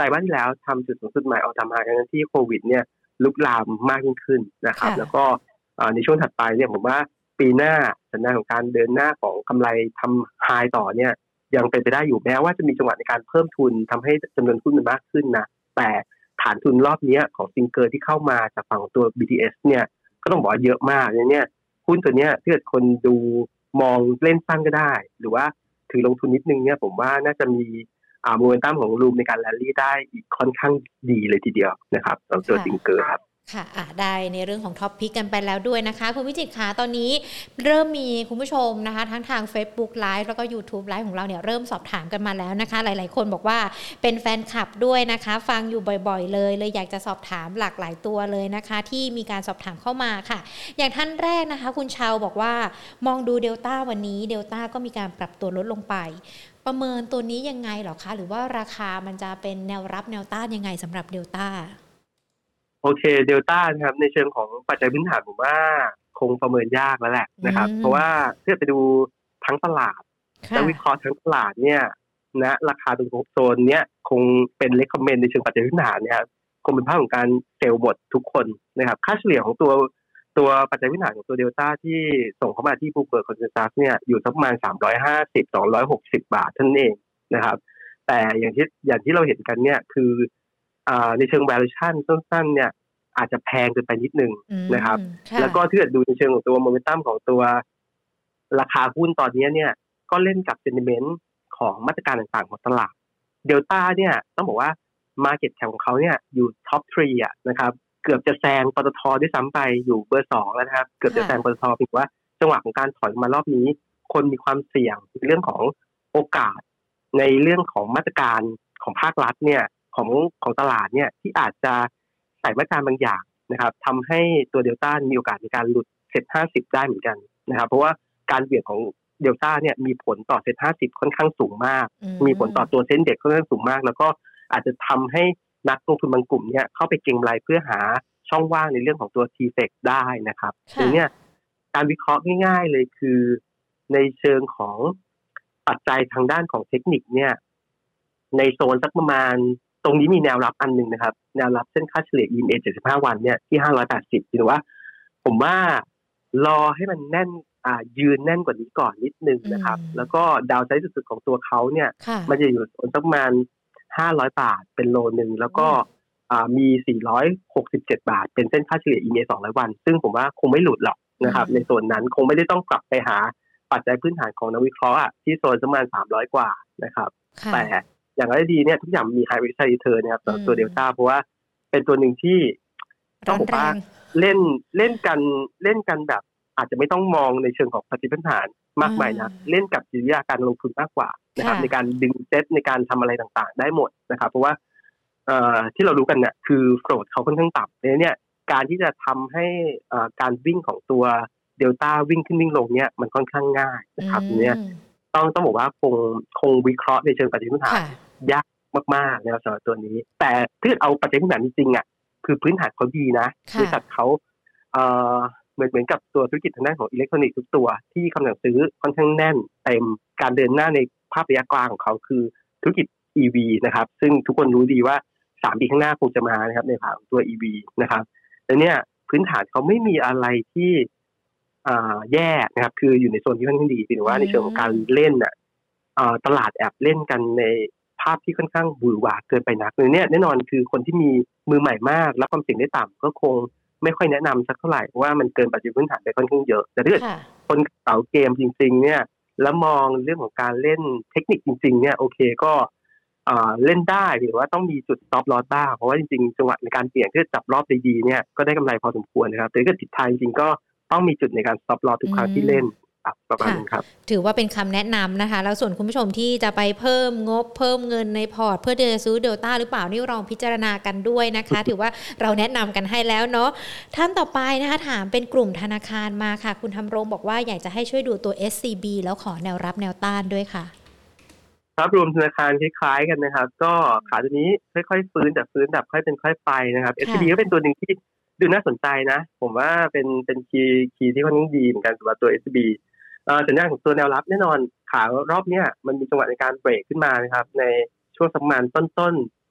ตรมาสที่แล้วทำจุดสูงสุดใหม่ออลไทม์ไฮทั้งที่โควิดเนี่ยลุกลามมากยิ่งขึ้นนะครับแล้วก็ในช่วงถัดไปเนี่ยผมว่าปีหน้าสัญญาณของการเดินหน้าของกำไรทำไฮต่อเนี่ยยังเป็นไปได้อยู่แม้ว่าจะมีจังหวะในการเพิ่มทุนทำให้จำนวนหุ้นมันมากขึ้นนะแต่ฐานทุนรอบนี้ของซิงเกิลที่เข้ามาจากฝั่งตัว บี ที เอส เนี่ยก็ต้องบอกว่าเยอะมากเนี่ยหุ้นตัวนี้ถ้าเกิดคนดูมองเล่นสั้นก็ได้หรือว่าถือลงทุนนิดนึงเนี่ยผมว่าน่าจะมีอ่าโมเมนตัมของรูมในการแรลลี่ได้อีกค่อนข้างดีเลยทีเดียวนะครับสำหรับตัวซิงเกิลครับค่ะอ่ะได้ในเรื่องของท็อปพิกกันไปแล้วด้วยนะคะคุณวิจิตรคะตอนนี้เริ่มมีคุณผู้ชมนะคะทั้งทาง Facebook Live แล้วก็ YouTube Live ของเราเนี่ยเริ่มสอบถามกันมาแล้วนะคะหลายๆคนบอกว่าเป็นแฟนคลับด้วยนะคะฟังอยู่บ่อยๆเลยเลยอยากจะสอบถามหลากหลายตัวเลยนะคะที่มีการสอบถามเข้ามาค่ะอย่างท่านแรกนะคะคุณชาวบอกว่ามองดูเดลต้าวันนี้เดลต้าก็มีการปรับตัวลดลงไปประเมินตัวนี้ยังไงหรอคะหรือว่าราคามันจะเป็นแนวรับแนวต้านยังไงสำหรับเดลต้าโอเคเดลต้านะครับในเชิงของปัจจัยพื้นฐานผมว่าคงประเมินยากแล้วแหละนะครับเพราะว่าถ้าไปดูทั้งตลาดและวิเคราะห์ทั้งตลาดเนี่ยนะราคาตรงโซนเนี้ยคงเป็นเลคคอมเมนต์ในเชิงปัจจัยพื้นฐานเนี่ยคงเป็นภาพของการเซลล์หมดทุกคนนะครับค่าเฉลี่ยของตัวตัวปัจจัยพื้นฐานของตัวเดลต้าที่ส่งเข้ามาที่บูเบิร์กคอนเซนซัสเนี่ยอยู่สักประมาณสามร้อยห้าสิบ สองร้อยหกสิบบาทเท่านั้นเองนะครับแต่อย่างที่อย่างที่เราเห็นกันเนี่ยคืออ่าในเชิง valuation สั้นๆเนี่ยอาจจะแพงเกินไปนิดนึงนะครับแล้วก็ถ้าเกิดดูในเชิงของตัวโมเมนตัมของตัวราคาหุ้นตอนนี้เนี่ยก็เล่นกับเซนติเมนต์ของมาตรการต่างๆของตลาดเดลต้าเนี่ยต้องบอกว่า market cap ของเขาเนี่ยอยู่ท็อปสามอ่ะนะครับเกือบจะแซงปตท.ด้วยซ้ำไปอยู่เบอร์สองแล้วนะครับเกือบจะแซงปตท.เพียงว่าจังหวะของการถอยมารอบนี้คนมีความเสี่ยงในเรื่องของโอกาสในเรื่องของมาตรการของภาครัฐเนี่ยของของตลาดเนี่ยที่อาจจะใส่มาตรการบางอย่างนะครับทำให้ตัวเดลต้ามีโอกาสในการหลุดเซ็ตห้าสิบได้เหมือนกันนะครับเพราะว่าการเบี่ยงของเดลต้าเนี่ยมีผลต่อเซ็ตห้าสิบค่อนข้างสูงมากมีผลต่อตัวเซ็นเด็กค่อนข้างสูงมากแล้วก็อาจจะทำให้นักลงทุนบางกลุ่มเนี่ยเข้าไปเก็งกำไรเพื่อหาช่องว่างในเรื่องของตัว ที เซ อี ซี ได้นะครับดังนั้นเนี่ยการวิเคราะห์ง่ายๆเลยคือในเชิงของปัจจัยทางด้านของเทคนิคเนี่ยในโซนสักประมาณตรงนี้มีแนวรับอันหนึ่งนะครับแนวรับเส้นค่าเฉลี่ย อี เอ็ม เอ เจ็ดสิบห้าวันเนี่ยที่ห้าร้อยแปดสิบถือว่าผมว่ารอให้มันแน่นอ่ายืนแน่นกว่านี้ก่อนนิดนึงนะครับแล้วก็ดาวไซด์สุดๆของตัวเขาเนี่ยมันจะอยู่ประมาณห้าร้อยบาทเป็นโลนึงแล้วก็อ่ามีสี่ร้อยหกสิบเจ็ดบาทเป็นเส้นค่าเฉลี่ย อี เอ็ม เอ สองร้อยวันซึ่งผมว่าคงไม่หลุดหรอกนะครับในโซนนั้นคงไม่ได้ต้องกลับไปหาปัจจัยพื้นฐานของนักวิเคราะห์อ่ะที่โซนประมาณสามร้อยกว่านะครับแต่อย่างไรดีเนี่ยทุกอย่างมี high risk high return นะครับสำหรับตัวเดลต้าเพราะว่าเป็นตัวหนึ่งที่ต้องบอกว่าเล่นเล่นกันเล่นกันแบบอาจจะไม่ต้องมองในเชิงของปัจจัยพื้นฐานมากมายนะเล่นกับจิตวิทยาการลงทุนมากกว่านะครับในการดึงเซตในการทำอะไรต่างๆได้หมดนะครับเพราะว่าเอ่อที่เรารู้กันเนี่ยคือโฟลตเขาค่อนข้างต่ำเนี่ยเนี่ยการที่จะทำให้อ่าการวิ่งของตัวเดลต้าวิ่งขึ้นวิ่งลงเนี่ยมันค่อนข้างง่ายนะครับเนี่ยต้องต้องบอกว่าคงคงวิเคราะห์ในเชิงปัจจัยพื้นฐานยากมากๆในสำหรับตัวนี้แต่ถ้าเอาปัจจัยพื้นฐานจริงๆอ่ะคือพื้นฐานเขาดีนะบริษัทเขาเอ่อเหมือนเหมือนกับตัวธุรกิจทางด้านของอิเล็กทรอนิกส์ทุกตัวที่คำสั่งซื้อค่อนข้างแน่นเต็มการเดินหน้าในภาพระยะกลางของเขาคือธุรกิจ อี วี นะครับซึ่งทุกคนรู้ดีว่าสามปีข้างหน้าคงจะมานะครับในภาคของตัว อี วี นะครับแต่เนี่ยพื้นฐานเขาไม่มีอะไรที่อ่าแย่นะครับคืออยู่ในโซนที่ค่อนข้างดีถือว่าในเชิงของการเล่นน่ะอ่าตลาดแอบเล่นกันในภาพที่ค่อนข้างหวือหวาเกินไปนักเนี่ยแน่นอนคือคนที่มีมือใหม่มากรับความเสี่ยงได้ต่ำก็คงไม่ค่อยแนะนำสักเท่าไหร่เพราะว่ามันเกินปัจจัยพื้นฐานไปค่อนข้างเยอะแต่ถ้าเกิดคนเก่าเกมจริงๆเนี่ยแล้วมองเรื่องของการเล่นเทคนิคจริงๆเนี่ยโอเคก็อ่าเล่นได้หรือว่าต้องมีจุด stop loss บ้างเพราะว่าจริงๆจังหวะในการเปลี่ยนที่จะจับรอบได้ดีเนี่ยก็ได้กำไรพอสมควรนะครับแต่ถ้าเกิดทิศทางจริงๆก็ต้องมีจุดในการ stop loss ทุกครั้งที่เล่นประมาณนั้นครับถือว่าเป็นคำแนะนำนะคะแล้วส่วนคุณผู้ชมที่จะไปเพิ่มงบเพิ่มเงินในพอร์ตเพื่อจะซื้อเดลต้าหรือเปล่านี่ลองพิจารณากันด้วยนะคะ ถือว่าเราแนะนำกันให้แล้วเนาะท่านต่อไปนะคะถามเป็นกลุ่มธนาคารมาค่ะคุณธำรงบอกว่าอยากจะให้ช่วยดูตัว เอส ซี บี แล้วขอแนวรับแนวต้านด้วยค่ะครับรวมธนาคารคล้ายๆกันนะครับก็ขาตัวนี้ค่อยๆฟื้นแต่ฟื้นแบบค่อยเป็นค่อยไปนะครับ เอส ซี บี ก็เป็นตัวหนึ่งที่ดูน่าสนใจนะผมว่าเป็นเป็นคีย์คีย์ที่ค่อนข้างดีเหมือนกันสำหรับตัว เอส ซี บีสัญญาณของตัวแนวรับแน่นอนขารอบเนี้ยมันมีจังหวะในการเบรกขึ้นมานะครับในช่วงประมาณต้นๆ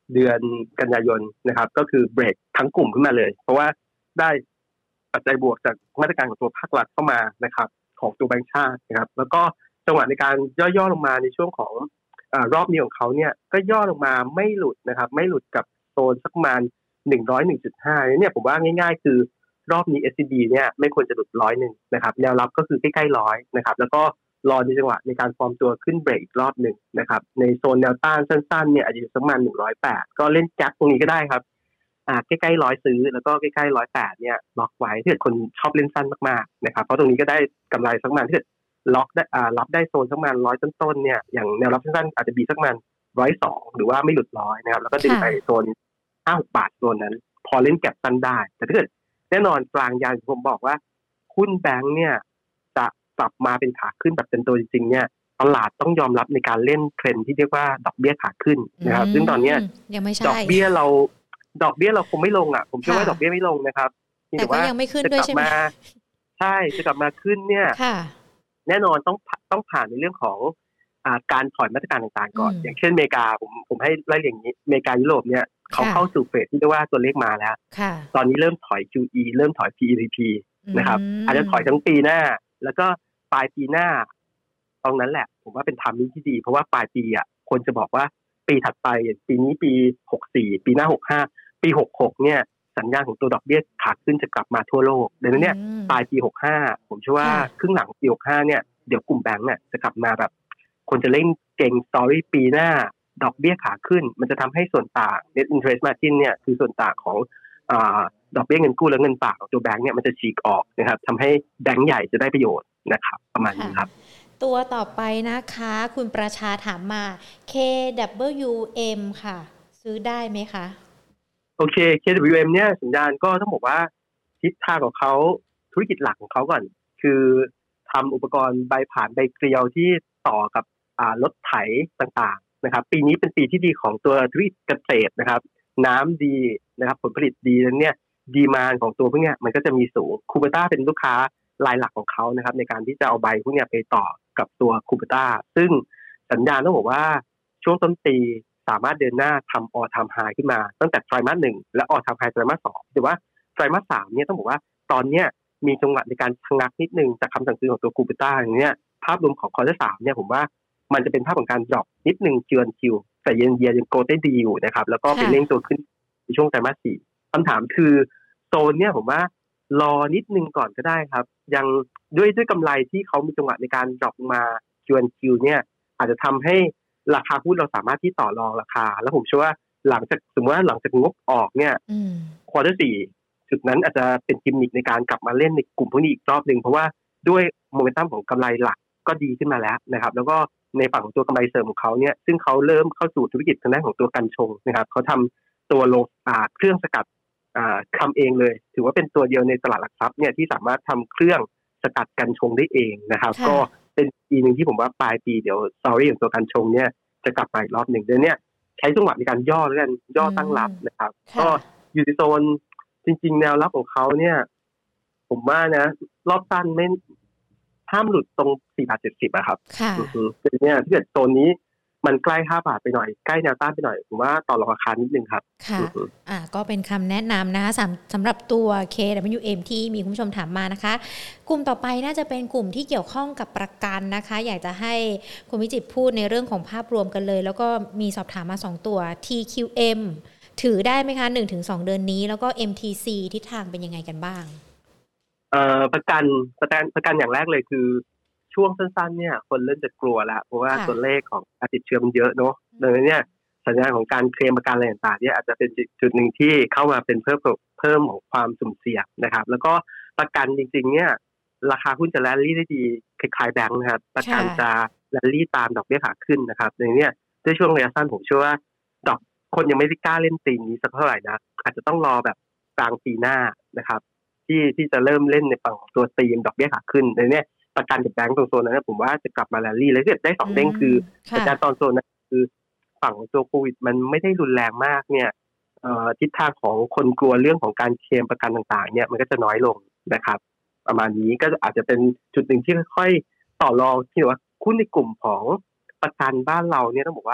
เดือนกันยายนนะครับก็คือเบรกทั้งกลุ่มขึ้นมาเลยเพราะว่าได้ปัจจัยบวกจากมาตรการของตัวภาครัฐเข้ามานะครับของตัวแบงก์ชาตินะครับแล้วก็จังหวะในการย่อๆลงมาในช่วงของอ่ารอบนี้ของเขาเนี่ยก็ย่อลงมาไม่หลุดนะครับไม่หลุดกับโซนสักประมาณหนึ่งร้อย หนึ่งจุดห้า เนี่ยผมว่าง่ายๆคือรอบนี้ เอส ซี บี เนี่ยไม่ควรจะหลุดร้อยหนึ่งนะครับแนวรับก็คือใกล้ๆร้อยนะครับแล้วก็รอในจังหวะในการฟอร์มตัวขึ้นเบรกอีกรอบหนึ่งนะครับในโซนแนวต้านสั้นๆเนี่ยอาจจะอยู่ประมาณหนึ่งร้อยแปดก็เล่นแจ็คตรงนี้ก็ได้ครับอ่าใกล้ๆร้อยซื้อแล้วก็ใกล้ๆหนึ่งร้อยแปดเนี่ยล็อกไว้ถ้าเกิดคนชอบเล่นสั้นมากๆนะครับเพราะตรงนี้ก็ได้กำไรสักประมาณถ้าเกิดล็อกได้อ่ารับได้โซนสักประมาณร้อยต้นๆเนี่ยอย่างแนวรับสั้นๆอาจจะมีสักประมาณหนึ่งร้อยสองหรือว่าไม่หลุดร้อยนะครับแล้วก็ดึงไปโซนห้าหกบาทโซนนั้นพอเล่นแก็บสั้นได้แต่ถ้าเกิดแน่นอนกลางยาวผมบอกว่าหุ้นแบงค์เนี่ยจะกลับมาเป็นขาขึ้นแบบเป็นตัวจริงๆเนี่ยตลาดต้องยอมรับในการเล่นเทรนด์ที่เรียกว่าดอกเบี้ยขาขึ้นนะครับซึ่งตอนนี้ยังไม่ใช่ดอกเบี้ยเราดอกเบี้ยเราคงไม่ลงอ่ะผมเชื่อว่าดอกเบี้ยไม่ลงนะครับแต่ก็ยังไม่ขึ้นด้วยใช่ไหมใช่จะกลับมาขึ้นเนี่ยแน่นอนต้องต้องผ่านในเรื่องของอ่าการถอยมาตรการต่างๆก่อนอย่างเช่นอเมริกาผมผมให้ไล่อย่างนี้อเมริกายุโรปเนี่ยเขาเข้าสู่เฟสที่เรียกว่าตัวเลขมาแล้วตอนนี้เริ่มถอย คิว อี เริ่มถอย พี อี ดี พี นะครับอาจจะถอยทั้งปีหน้าแล้วก็ปลายปีหน้าตรงนั้นแหละผมว่าเป็นไทมิ่งที่ดีเพราะว่าปลายปีอ่ะคนจะบอกว่าปีถัดไปปีนี้ปีหกสิบสี่ปีหน้าหกสิบห้าปีหกสิบหกเนี่ยสัญญาณของตัวดอกเบี้ยขาขึ้นจะกลับมาทั่วโลกดังนั้นเนี่ยปลายปีหกสิบห้าผมเชื่อว่าครึ่งหลังปีหกสิบห้าเนี่ยเดี๋ยวกลุ่มแบงก์เนี่ยจะกลับมาแบบคนจะเล่นเก่งสตอรี่ปีหน้าดอกเบี้ยขาขึ้นมันจะทำให้ส่วนต่าง net interest margin เนี่ยคือส่วนต่างของอ่าดอกเบี้ยเงินกู้และเงินฝากของตัวแบงก์เนี่ยมันจะฉีกออกนะครับทำให้แบงก์ใหญ่จะได้ประโยชน์นะครับประมาณนี้ครับตัวต่อไปนะคะคุณประชาถามมา เค ดับเบิลยู เอ็ม ค่ะซื้อได้ไหมคะโอเค เค ดับเบิลยู เอ็ม เนี่ยสัญญาณก็ต้องบอกว่าทิศทางของเขาธุรกิจหลักของเขาก่อนคือทำอุปกรณ์ใบผ่านใบเกลียวที่ต่อกับอ่ารถไถต่างๆนะครับปีนี้เป็นปีที่ดีของตัวธุรกิจเกษตรนะครับน้ำดีนะครับผลผลิตดีนั้นเนี่ยดีมานด์ของตัวพวกนี้มันก็จะมีสูงคูเบต้าเป็นลูกค้ารายหลักของเขานะครับในการที่จะเอาใบพวกนี้ไปต่อกับตัวคูเบต้าซึ่งสัญญาณต้องบอกว่าช่วงต้นปีสามารถเดินหน้าทำออทามไฮขึ้นมาตั้งแต่ไตรมาสหนึ่งและออทามไฮไตรมาสสองแต่ว่าไตรมาสสามเนี่ยต้องบอกว่าตอนเนี้ยมีจังหวะในการชะงักนิดนึงจากคำสั่งซื้อของตัวคูเบต้าอย่างเนี้ยภาพรวมของควอเตอร์สามเนี่ยผมว่ามันจะเป็นภาพของการดรอปนิดนึงเจือนคิวแต่เยนเยียยังโกลได้ดีอยู่นะครับแล้วก็เป็นเร่งตัวขึ้นในช่วงไตรมาสสี่คำถามคือโซนเนี่ยผมว่ารอนิดนึงก่อนก็ได้ครับยังด้วยด้วยกำไรที่เขามีจังหวะในการดรอปมาเจือนคิวเนี่ยอาจจะทำให้ราคาหุ้นเราสามารถที่ต่อรองราคาแล้วผมเชื่อว่าหลังจากสมมติว่าหลังจากงบออกเนี่ยควอเตอร์สี่จุดนั้นอาจจะเป็นกิมมิคในการกลับมาเล่นในกลุ่มพวกนี้อีกรอบนึงเพราะว่าด้วยโมเมนตัมของกำไรหลักก็ดีขึ้นมาแล้วนะครับแล้วก็ในฝั่งของตัวกำไรเสริมของเขาเนี่ยซึ่งเขาเริ่มเข้าสู่ธุรกิจทางด้านของตัวกัญชงนะครับเขาทำตัวโลอ่าเครื่องสกัดอ่าทำเองเลยถือว่าเป็นตัวเดียวในตลาดหลักทรัพย์เนี่ยที่สามารถทำเครื่องสกัดกัญชงได้เองนะครับก็เป็นปีนึงที่ผมว่าปลายปีเดี๋ยวสตอรี่ของตัวกัญชงเนี่ยจะกลับมาอีกรอบหนึ่งเดือนเนี้ยใช้จังหวะในการย่อแล้วกันย่อตั้งรับนะครับก็อยู่ในโซนจริงๆแนวรับของเขาเนี่ยผมว่านะรอบสั้นไม่ห้ามหลุดตรงสี่บาทเจ็ดสิบอะครับค่ะคือเนี่ยถ้าเกิดโซนนี้มันใกล้ห้าบาทไปหน่อยใกล้แนวต้านไปหน่อยผมว่าต่อรองราคานิดนึงครับค่ะอ่าก็เป็นคำแนะนำนะคะสำสำหรับตัว เค ดับเบิลยู เอ็ม ที่มีคุณผู้ชมถามมานะคะกลุ่มต่อไปน่าจะเป็นกลุ่มที่เกี่ยวข้องกับประกันนะคะอยากจะให้คุณวิจิตรพูดในเรื่องของภาพรวมกันเลยแล้วก็มีสอบถามมาสองตัว ที คิว เอ็ม ถือได้ไหมคะ หนึ่งถึงสอง เดือนนี้แล้วก็ เอ็ม ที ซี ทิศทางเป็นยังไงกันบ้างเอ่อประกันประกันประกันอย่างแรกเลยคือช่วงสั้นๆเนี่ยคนเริ่มจะกลัวแล้วเพราะว่าตัวเลขของการติดเชื้อมันเยอะเนาะดังนั้นเนี่ยสัญญาณของการเคลมประกันอะไรต่างๆเนี่ยอาจจะเป็นจุดหนึ่งที่เข้ามาเป็นเพิ่มเพิ่มของความสุ่มเสี่ยงนะครับแล้วก็ประกันจริงๆเนี่ยราคาหุ้นจะแรลลี่ได้ดีคล้ายๆแบงค์นะครับประกันจะแรลลี่ตามดอกเบี้ยขาขึ้นนะครับในนี้ด้วยช่วงระยะสั้นผมเชื่อว่าดอกคนยังไม่ได้กล้าเล่นตีมนี้สักเท่าไหร่นะอาจจะต้องรอแบบกลางปีหน้านะครับที่ที่จะเริ่มเล่นในฝั่งตัวตีมดอกเบี้ยขาขึ้นในนี้ประกันกับแบงก์ตรงโซนนั้นผมว่าจะกลับมาแรลลี่แล้วเกิดได้สองเด้งคืออาจารย์ตอนโซนนั้นคือฝั่งตัวโควิดมันไม่ได้รุนแรงมากเนี่ยทิศทางของคนกลัวเรื่องของการเคลมประกันต่างๆเนี่ยมันก็จะน้อยลงนะครับประมาณนี้ก็อาจจะเป็นจุดหนึ่งที่ค่อยๆต่อรองที่ว่าหุ้นในกลุ่มของประกันบ้านเราเนี่ยต้องบอกว่า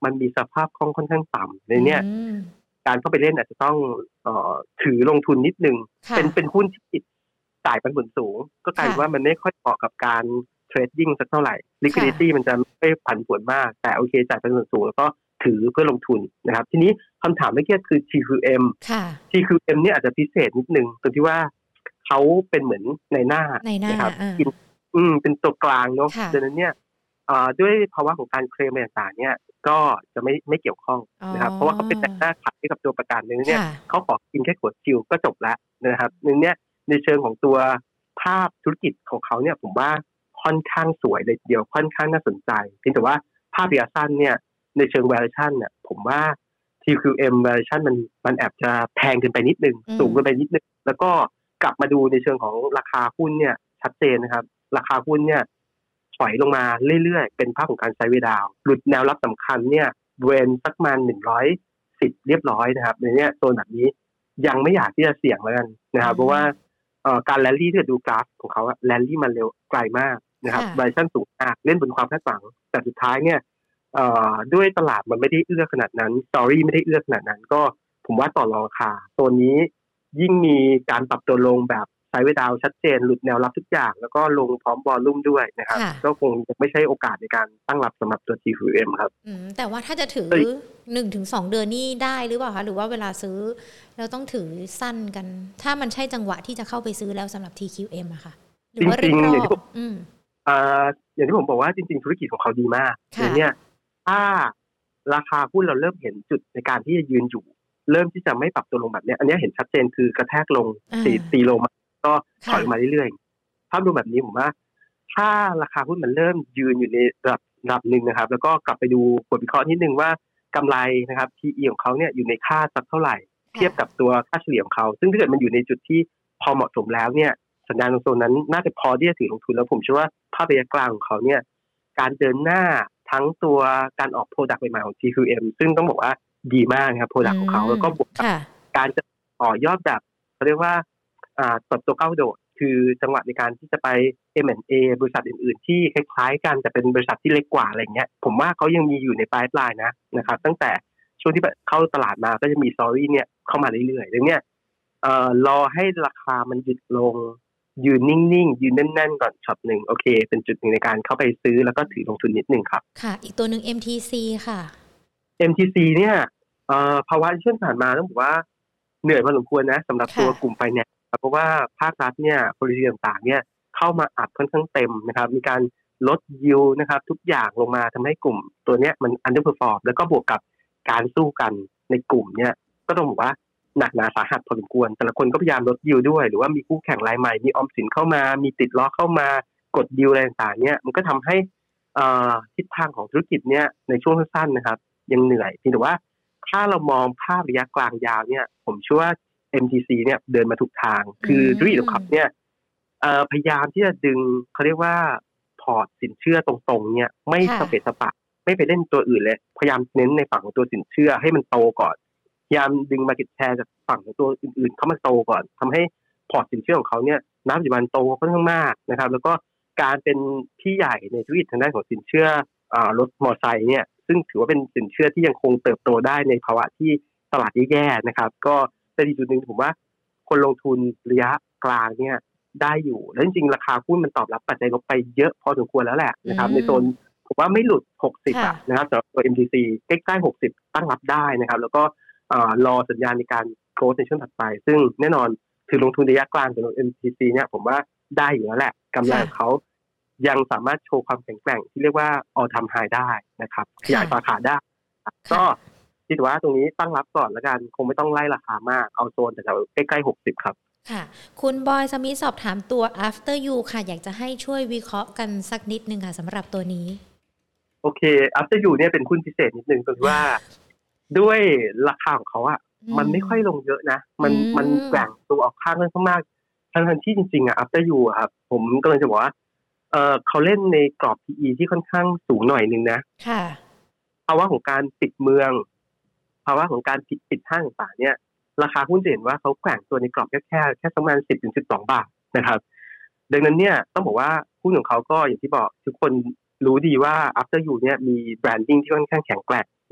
มันมีสภาพคล่องค่อนข้างต่ำในเนี้ยการเข้าไปเล่นอาจจะต้องเอ่อถือลงทุนนิดนึงเป็นเป็นหุ้นที่จ่ายปันผลสูงก็กลายว่ามันไม่ค่อยเหมาะกับการเทรดดิ้งสักเท่าไหร่ liquidity มันจะไม่ผันผวนมากแต่โอเคจ่ายปันผลสูงแล้วก็ถือเพื่อลงทุนนะครับทีนี้คำถามเมื่อกี้คือ ที คิว เอ็ม ที คิว เอ็ม เนี่ยอาจจะพิเศษนิดนึงตรงที่ว่าเขาเป็นเหมือนในหน้านะครับอืมเป็นตัวกลางเนาะดังนั้นเนี่ยด้วยภาวะของการเคลมต่างๆเนี่ยก็จะไม่ไม่เกี่ยวข้องนะครับเพราะว่าเขาเป็นในหน้าขายให้กับตัวประกันดังนั้นเนี่ยเขาขอกินแค่กดคิวก็จบแล้วนะครับดังนั้นเนี่ยในเชิงของตัวภาพธุรกิจของเขาเนี่ยผมว่าค่อนข้างสวยเลยเดียวค่อนข้างน่าสนใจเพียงแต่ว่าภาพระยะสั้นเนี่ยในเชิง valuation เนี่ยผมว่า ที คิว เอ็ม valuation มันมันแอบจะแพงเกินไปนิดนึงสูงเกินไปนิดนึงแล้วก็กลับมาดูในเชิงของราคาหุ้นเนี่ยชัดเจนนะครับราคาหุ้นเนี่ยถอยลงมาเรื่อยๆเป็นภาพของการไซด์เวย์ดาวน์หลุดแนวรับสำคัญเนี่ยเวนสักประมาณหนึ่งร้อยสิบเรียบร้อยนะครับในเนี้ยโซนแบบนี้ยังไม่อยากที่จะเสี่ยงแล้วกันนะครับเพราะว่าการแรลลี่ที่ดูกราฟของเขาแรลลี่มันเร็วไกลมากนะครับ valuation สูงมากเล่นบนความคาดหวังแต่สุดท้ายเนี่ยด้วยตลาดมันไม่ได้เอื้อขนาดนั้นสตอรี่ไม่ได้เอื้อขนาดนั้นก็ผมว่าต่อรองราคาตัวนี้ยิ่งมีการปรับตัวลงแบบไซด์เวย์ดาวน์ชัดเจนหลุดแนวรับทุกอย่างแล้วก็ลงพร้อมวอลลุ่มด้วยนะครับก็คงไม่ใช่โอกาสในการตั้งรับสำหรับตัว ที คิว เอ็ม ครับแต่ว่าถ้าจะถือ หนึ่งถึงสอง เดือนนี่ได้หรือเปล่าคะหรือว่าเวลาซื้อเราต้องถือสั้นกันถ้ามันใช่จังหวะที่จะเข้าไปซื้อแล้วสำหรับ ที คิว เอ็ม อะค่ะหรือว่าจริงๆอย่างที่ผมอ่าอย่างที่ผมบอกว่าจริงๆธุรกิจของเขาดีมากเนี่ยถ้าราคาหุ้นเราเริ่มเห็นจุดในการที่จะยืนอยู่เริ่มที่จะไม่ปรับตัวลงแบบนี้อันนี้เห็นชัดเจนคือกระแทกลงตีตีลงมาก็ถอยมาเรื่อยๆภาพดูแบบนี้ผมว่าถ้าราคาหุ้นมันเริ่มยืนอยู่ในระดับระดับนึงนะครับแล้วก็กลับไปดูบทวิเคราะห์นิดนึงว่ากำไรนะครับ พี อี ของเขาเนี่ยอยู่ในค่าสักเท่าไหร่เทียบกับตัวค่าเฉลี่ยของเขาซึ่งถ้าเกิดมันอยู่ในจุดที่พอเหมาะสมแล้วเนี่ยสัญญาณตรงโซนนั้นน่าจะพอที่จะถือลงทุนแล้วผมเชื่อว่าภาพระยะกลางของเขาเนี่ยการเดินหน้าทั้งตัวการออกโปรดักต์ใหม่ๆของ ที คิว เอ็ม ซึ่งต้องบอกว่าดีมากครับโปรดักต์ของเขาแล้วก็บวกกับการจะต่อยอดแบบเขาเรียกว่าอ่าเติบโตก้าวกระโดดคือจังหวะในการที่จะไป เอ็ม แอนด์ เอ บริษัทอื่นๆที่คล้ายๆกันแต่เป็นบริษัทที่เล็กกว่าอะไรเงี้ยผมว่าเขายังมีอยู่ในไพป์ไลน์นะนะครับตั้งแต่ช่วงที่เข้าตลาดมาก็จะมีสตอรี่เนี่ยเข้ามาเรื่อยๆดังเนี้ยเอ่อรอให้ราคามันหยุดลงยืนนิ่งๆยืนแน่นๆก่อนช็อตหนึ่งโอเคเป็นจุดหนึ่งในการเข้าไปซื้อแล้วก็ถือลงทุนนิดนึงครับค่ะอีกตัวหนึ่ง เอ็ม ที ซี ค่ะเอ็ม ที ซี เนี่ยเอ่อภาวะที่ผ่านมาต้องบอกว่าเหนื่อยพอสมควรนะสำหรับตัวกลุ่มไฟแนนซ์เพราะว่าภาครัฐเนี่ย policy ต่างๆเนี่ยเข้ามาอัดค่อนข้างเต็มนะครับมีการลด yield นะครับทุกอย่างลงมาทำให้กลุ่มตัวเนี้ยมัน underperform แล้วก็บวกกับการสู้กันในกลุ่มเนี่ยก็ต้องบอกว่าหนักหนาสาหัสพอสมควรแต่ละคนก็พยายามลดยิวด้วยหรือว่ามีคู่แข่งรายใหม่มีออมสินเข้ามามีติดล้อเข้ามากดยิวอะไรต่างๆเนี่ยมันก็ทำให้ทิศทางของธุรกิจเนี่ยในช่วงสั้นๆนะครับยังเหนื่อยแต่ว่าถ้าเรามองภาพระยะกลางยาวเนี่ยผมเชื่อว่า เอ็ม ที ซี เนี่ยเดินมาถูกทางคือธุรกิจของเขาเนี่ยพยายามที่จะดึงเขาเรียกว่าพอร์ตสินเชื่อตรงๆเนี่ยไม่สเปซสปะไม่ไปเล่นตัวอื่นเลยพยายามเน้นในฝั่งของตัวสินเชื่อให้มันโตก่อนพยายามดึง market share จากฝั่งของตัวอื่นๆเข้ามาโตก่อนทำให้พอร์ตสินเชื่อของเขาเนี่ยณปัจจุบันโตค่อนข้างมากนะครับแล้วก็การเป็นพี่ใหญ่ในธุรกิจทางด้านของสินเชื่อรถมอเตอร์ไซค์เนี่ยซึ่งถือว่าเป็นสินเชื่อที่ยังคงเติบโตได้ในภาวะที่ตลาดแย่ๆนะครับก็เป็นอีกจุดหนึ่งผมว่าคนลงทุนระยะกลางเนี่ยได้อยู่แล้วจริงๆราคาหุ้นมันตอบรับปัจจัยลบไปเยอะพอสมควรแล้วแหละนะครับในโซนผมว่าไม่หลุดหกสิบอ่ะนะครับสำหรับตัว เอ็ม ที ซี ใกล้ๆหกสิบตั้งรับได้นะครับแล้วก็รอสัญญาณในการโกรธในช่วงถัดไปซึ่งแน่นอนถือลงทุนระยะกลางสำหรับ เอ็ม ที ซี เนี่ยผมว่าได้อยู่แล้วแหละกำไรของเขายังสามารถโชว์ความแข็งแกร่งที่เรียกว่า all time high ได้นะครับขยายสาขาได้ก็คิดว่าตรงนี้ตั้งรับก่อนแล้วกันคงไม่ต้องไล่ราคามากเอาโซนแต่แถวใกล้ๆหกสิบครับค่ะคุณบอยสมิธสอบถามตัว after you ค่ะอยากจะให้ช่วยวิเคราะห์กันสักนิดนึงค่ะสำหรับตัวนี้โอเค after you เนี่ยเป็นหุ้นพิเศษนิดนึงตรงที่ว่าด้วยราคาของเขาอ่ะมันไม่ค่อยลงเยอะนะมันมันแกว่งตัวออกข้างค่อนข้างมากทั้งที่จริงๆอ่ะ after you อ่ะครับผมก็เลยจะบอกว่าเออเขาเล่นในกรอบ พี อี ที่ค่อนข้างสูงหน่อยนึงนะค่ะภาวะของการปิดเมืองภาวะของการปิดปิดห้างต่างๆเนี่ยราคาหุ้นจะเห็นว่าเขาแกว่งตัวในกรอบแค่แค่แค่ประมาณ สิบถึงสิบสอง บาทนะครับดังนั้นเนี่ยต้องบอกว่าหุ้นของเขาก็อย่างที่บอกทุกคนรู้ดีว่า after you เนี่ยมีแบรนดิ้งที่ค่อนข้างแข็งแกร่ง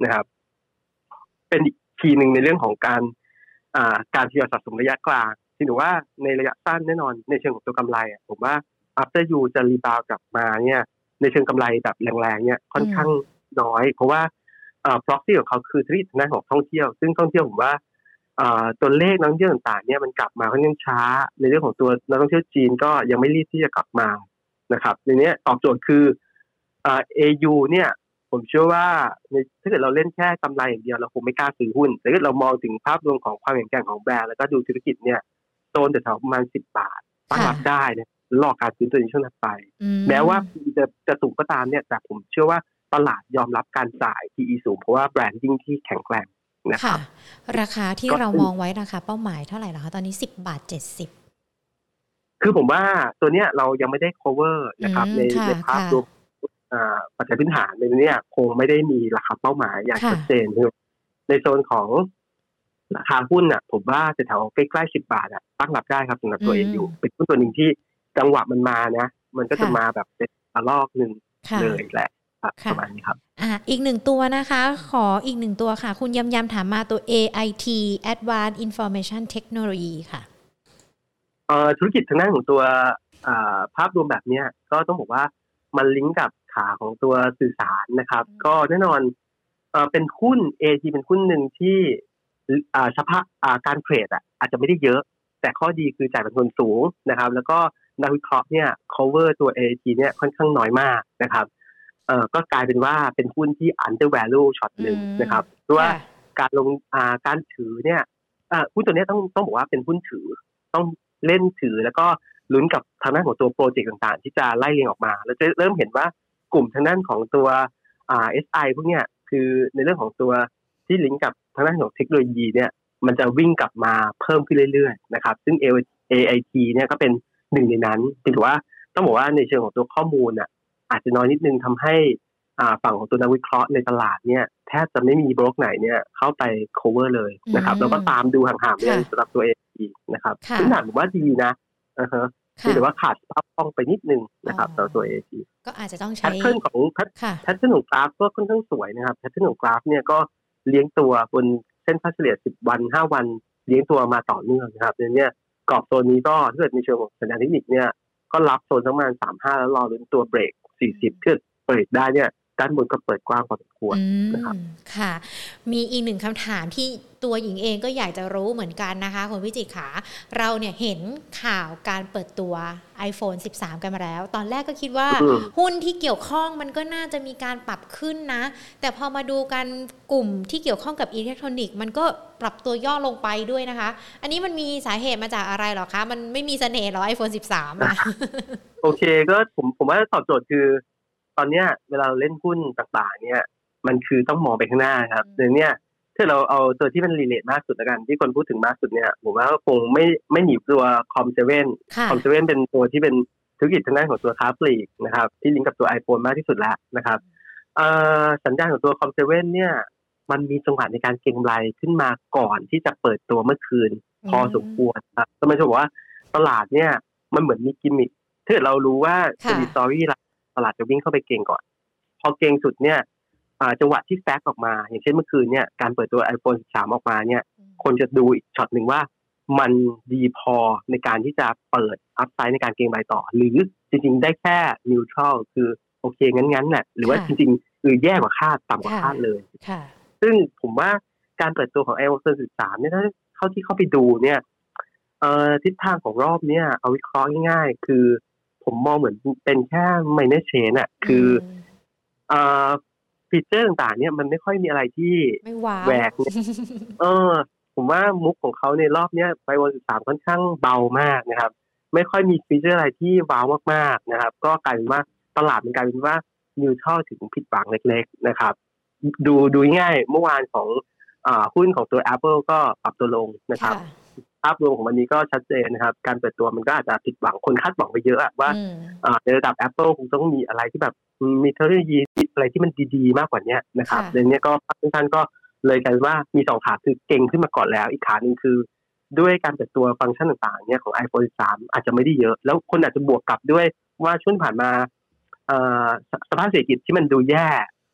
นะครับเป็นอีกทีหนึ่งในเรื่องของการอ่าการทยอยสะสมระยะกลางที่ถือว่าในระยะสั้นแน่นอนในเชิงของตัวกำไรอ่ะผมว่า after you จะรีบาวกลับมาเนี่ยในเชิงกำไรแบบแรงๆเนี่ยค่อนข้างน้อยเพราะว่าเอ่อ proxy ของเขาคือธุรกิจทางด้านของท่องเที่ยวซึ่งท่องเที่ยวผมว่าเอ่อตัวเลขนักท่องเที่ยวต่างๆเนี่ยมันกลับมาค่อนข้างช้าในเรื่องของตัวนักท่องเที่ยวจีนก็ยังไม่รีบที่จะกลับมานะครับในนี้ตอบโจทย์คือเอ่อ เอ ยู เนี่ยผมเชื่อว่าในถ้าเกิดเราเล่นแค่กำไรอย่างเดียวเราคงไม่กล้าซื้อหุ้นแต่ถ้าเรามองถึงภาพรวมของความแข็งแกร่งของแบรนด์แล้วก็ดูธุรกิจเนี่ยโซนแถวๆประมาณสิบบาทตั้งรับได้เนี่ยรอการซื้อตัวนี้ช่วงถัดไปแม้ว่าจะจะสูงก็ตามเนี่ยแต่ผมเชื่อว่าตลาดยอมรับการจ่าย พี อี สูงเพราะว่าแบรนดิ้งที่แข็งแกร่งนะครับราคาที่เรามองไว้ราคาเป้าหมายเท่าไหร่ล่ะคะตอนนี้สิบบาทเจ็ดสิบคือผมว่าตัวเนี้ยเรายังไม่ได้ cover นะครับในในภาพรวมปัจจัยพื้นฐานในนี้คงไม่ได้มีราคาเป้าหมายอย่างชัดเจนในโซนของราคาหุ้นน่ะผมว่าแถวๆใกล้ๆสิบบาทอ่ะตั้งรับได้ครับสำหรับตัวเองอยู่เป็นหุ้นตัวหนึ่งที่จังหวะมันมานะมันก็จะมาแบบเป็นระลอกนึงเลยแหละประมาณนี้ครับอ่าอีกหนึ่งตัวนะคะขออีกหนึ่งตัวค่ะคุณย้ำๆถามมาตัว เอ ไอ ที Advanced Information Technology ค่ะเอ่อธุรกิจทางด้านของตัวอ่าภาพรวมแบบนี้ก็ต้องบอกว่ามันลิงก์กับขาของตัวสื่อสารนะครับก็แน่นอนเอ่อเป็นหุ้น เอ ที เป็นหุ้นหนึ่งที่อ่าเฉพาะอ่าการเทรดอ่ะอาจจะไม่ได้เยอะแต่ข้อดีคือจ่ายปันผลสูงนะครับแล้วก็นักวิเคราะห์เนี่ย cover ตัว เอ ที เนี่ยค่อนข้างน้อยมากนะครับเอ่อก็กลายเป็นว่าเป็นหุ้นที่ under value ช็อตนึงนะครับเพราะว่าการลงอ่าการถือเนี่ยอ่าหุ้นตัวนี้ต้องต้องบอกว่าเป็นหุ้นถือต้องเล่นถือแล้วก็ลุ้นกับทางด้านของตัวโปรเจกต์ต่างๆที่จะไล่เรียงออกมาแล้วจะเริ่มเห็นว่ากลุ่มทางด้านของตัวอ่า เอส ไอ พวกเนี้ยคือในเรื่องของตัวที่ลิงก์กับทางด้านของเทคโนโลยีเนี่ยมันจะวิ่งกลับมาเพิ่มขึ้นเรื่อยๆนะครับซึ่ง เอ ไอ ที เนี่ยก็เป็นหนึ่งในนั้นถือว่าต้องบอกว่าในเชิงของตัวข้อมูลน่ะอาจจะน้อยนิดนึงทำให้อ่าฝั่งของตัวนักวิเคราะห์ในตลาดเนี่ยแทบจะไม่มีบล็อกไหนเนี่ยเข้าไป cover เลยนะครับแล้วก็ตามดูห่างๆเนี่ยสำหรับตัว เอ ที นะครับซึ่งผมว่าดีนะอ่าฮะแต่ว่าขาดสภาพคล่องไปนิดนึงนะครับต่อตัว เอ ทีก็อาจจะต้องใช้แพทเทิร์นของแพทเทิร์นของกราฟก็ค่อนข้างสวยนะครับแพทเทิร์นของกราฟเนี่ยก็เลี้ยงตัวบนเส้นค่าเฉลี่ยสิบวันห้าวันเลี้ยงตัวมาต่อเนื่องนะครับเนี่ยกรอบโซนนี้ก็ถ้าเกิดในเชิงของสัญญาณเทคนิคเนี่ยก็รับโซนประมาณสามสิบห้าแล้วรอลุ้นตัวเบรกสี่สิบเพื่อเปิดได้เนี่ยด้านบนก็เปิดกว้างพอสมควรนะครับค่ะมีอีกหนึ่งคำถามที่ตัวหญิงเองก็อยากจะรู้เหมือนกันนะคะคุณวิจิตรขาเราเนี่ยเห็นข่าวการเปิดตัว iPhone สิบสามกันมาแล้วตอนแรกก็คิดว่าหุ้นที่เกี่ยวข้องมันก็น่าจะมีการปรับขึ้นนะแต่พอมาดูกันกลุ่มที่เกี่ยวข้องกับอิเล็กทรอนิกส์มันก็ปรับตัวย่อลงไปด้วยนะคะอันนี้มันมีสาเหตุมาจากอะไรหรอคะมันไม่มีเสน่ห์หรอ iPhone สิบสามอ่ะโอเคก็ผมผมว่าตอบโจทย์คือตอนเนี้ยเวลาเราเล่นหุ้นต่างๆเนี่ยมันคือต้องมองไปข้างหน้าครับเดี๋ยวนี้ถ้าเราเอาตัวที่มันรีเลทมากสุดแล้วกันที่คนพูดถึงมากสุดเนี่ยผมว่าคงไม่ไม่หนีตัวคอมเซเว่นคอมเซเว่นเป็นตัวที่เป็นธุรกิจทางด้านของตัวค้าปลีกนะครับที่ลิงก์กับตัว iPhone มากที่สุดแล้วนะครับสัญญาณของตัวคอมเซเว่นเนี่ยมันมีจังหวะในการเก็งกำไรขึ้นมาก่อนที่จะเปิดตัวเมื่อคืนพอสมควรครับทำไมจะบอกว่าตลาดเนี่ยมันเหมือนมีกิมมิคถ้าเรารู้ว่าจะมีสตอรี่ตลาดจะวิ่งเข้าไปเก็งก่อนพอเก็งสุดเนี่ยจังหวะที่แฟกออกมาอย่างเช่นเมื่อคืนเนี่ยการเปิดตัว iPhone สิบสามออกมาเนี่ยคนจะดูอีกช็อตหนึ่งว่ามันดีพอในการที่จะเปิดอัพไซด์ในการเก็งกำไรต่อหรือจริงๆได้แค่นิวทรัลคือโอเคงั้นๆแหละหรือว่าจริงๆคือแย่กว่าคาดต่ำกว่าคาดเลยซึ่งผมว่าการเปิดตัวของ iPhone สิบสามเนี่ยถ้าเข้าที่เข้าไปดูเนี่ยทิศทางของรอบเนี่ยเอาวิเคราะห์ง่ายๆคือผมมองเหมือนเป็นแค่ minor change อ่ะคือเอ่อฟีเจอร์ต่างๆเนี่ยมันไม่ค่อยมีอะไรที่แหวกเออผมว่ามุกของเขาในรอบเนี้ยไอโฟนสิบสามค่อนข้างเบามากนะครับไม่ค่อยมีฟีเจอร์อะไรที่ว้าวมากๆนะครับก็กลายเป็นว่าตลาดมันกลายเป็นว่านิวทรัลถึงผิดหวังเล็กๆนะครับดูดูง่ายเมื่อวานของอ่าหุ้นของตัว Apple ก็ปรับตัวลงนะครับภาพรวมของวันนี้ก็ชัดเจนนะครับการเปิดตัวมันก็อาจจะผิดหวังคนคาดหวังไปเยอะว่าในระดับ Apple คงต้องมีอะไรที่แบบมีเทคโนโลยีอะไรที่มันดีๆมากกว่านี้นะครับในนี้ก็ทุกท่านก็เลยกลายว่ามีสองขาคือเก่งขึ้นมาก่อนแล้วอีกขาหนึ่งคือด้วยการเปิดตัวฟังก์ชันต่างๆเนี่ยของ iPhone สิบสามอาจจะไม่ได้เยอะแล้วคนอาจจะบวกกับด้วยว่าช่วงผ่านมาสภาพเศรษฐกิจที่มันดูแย่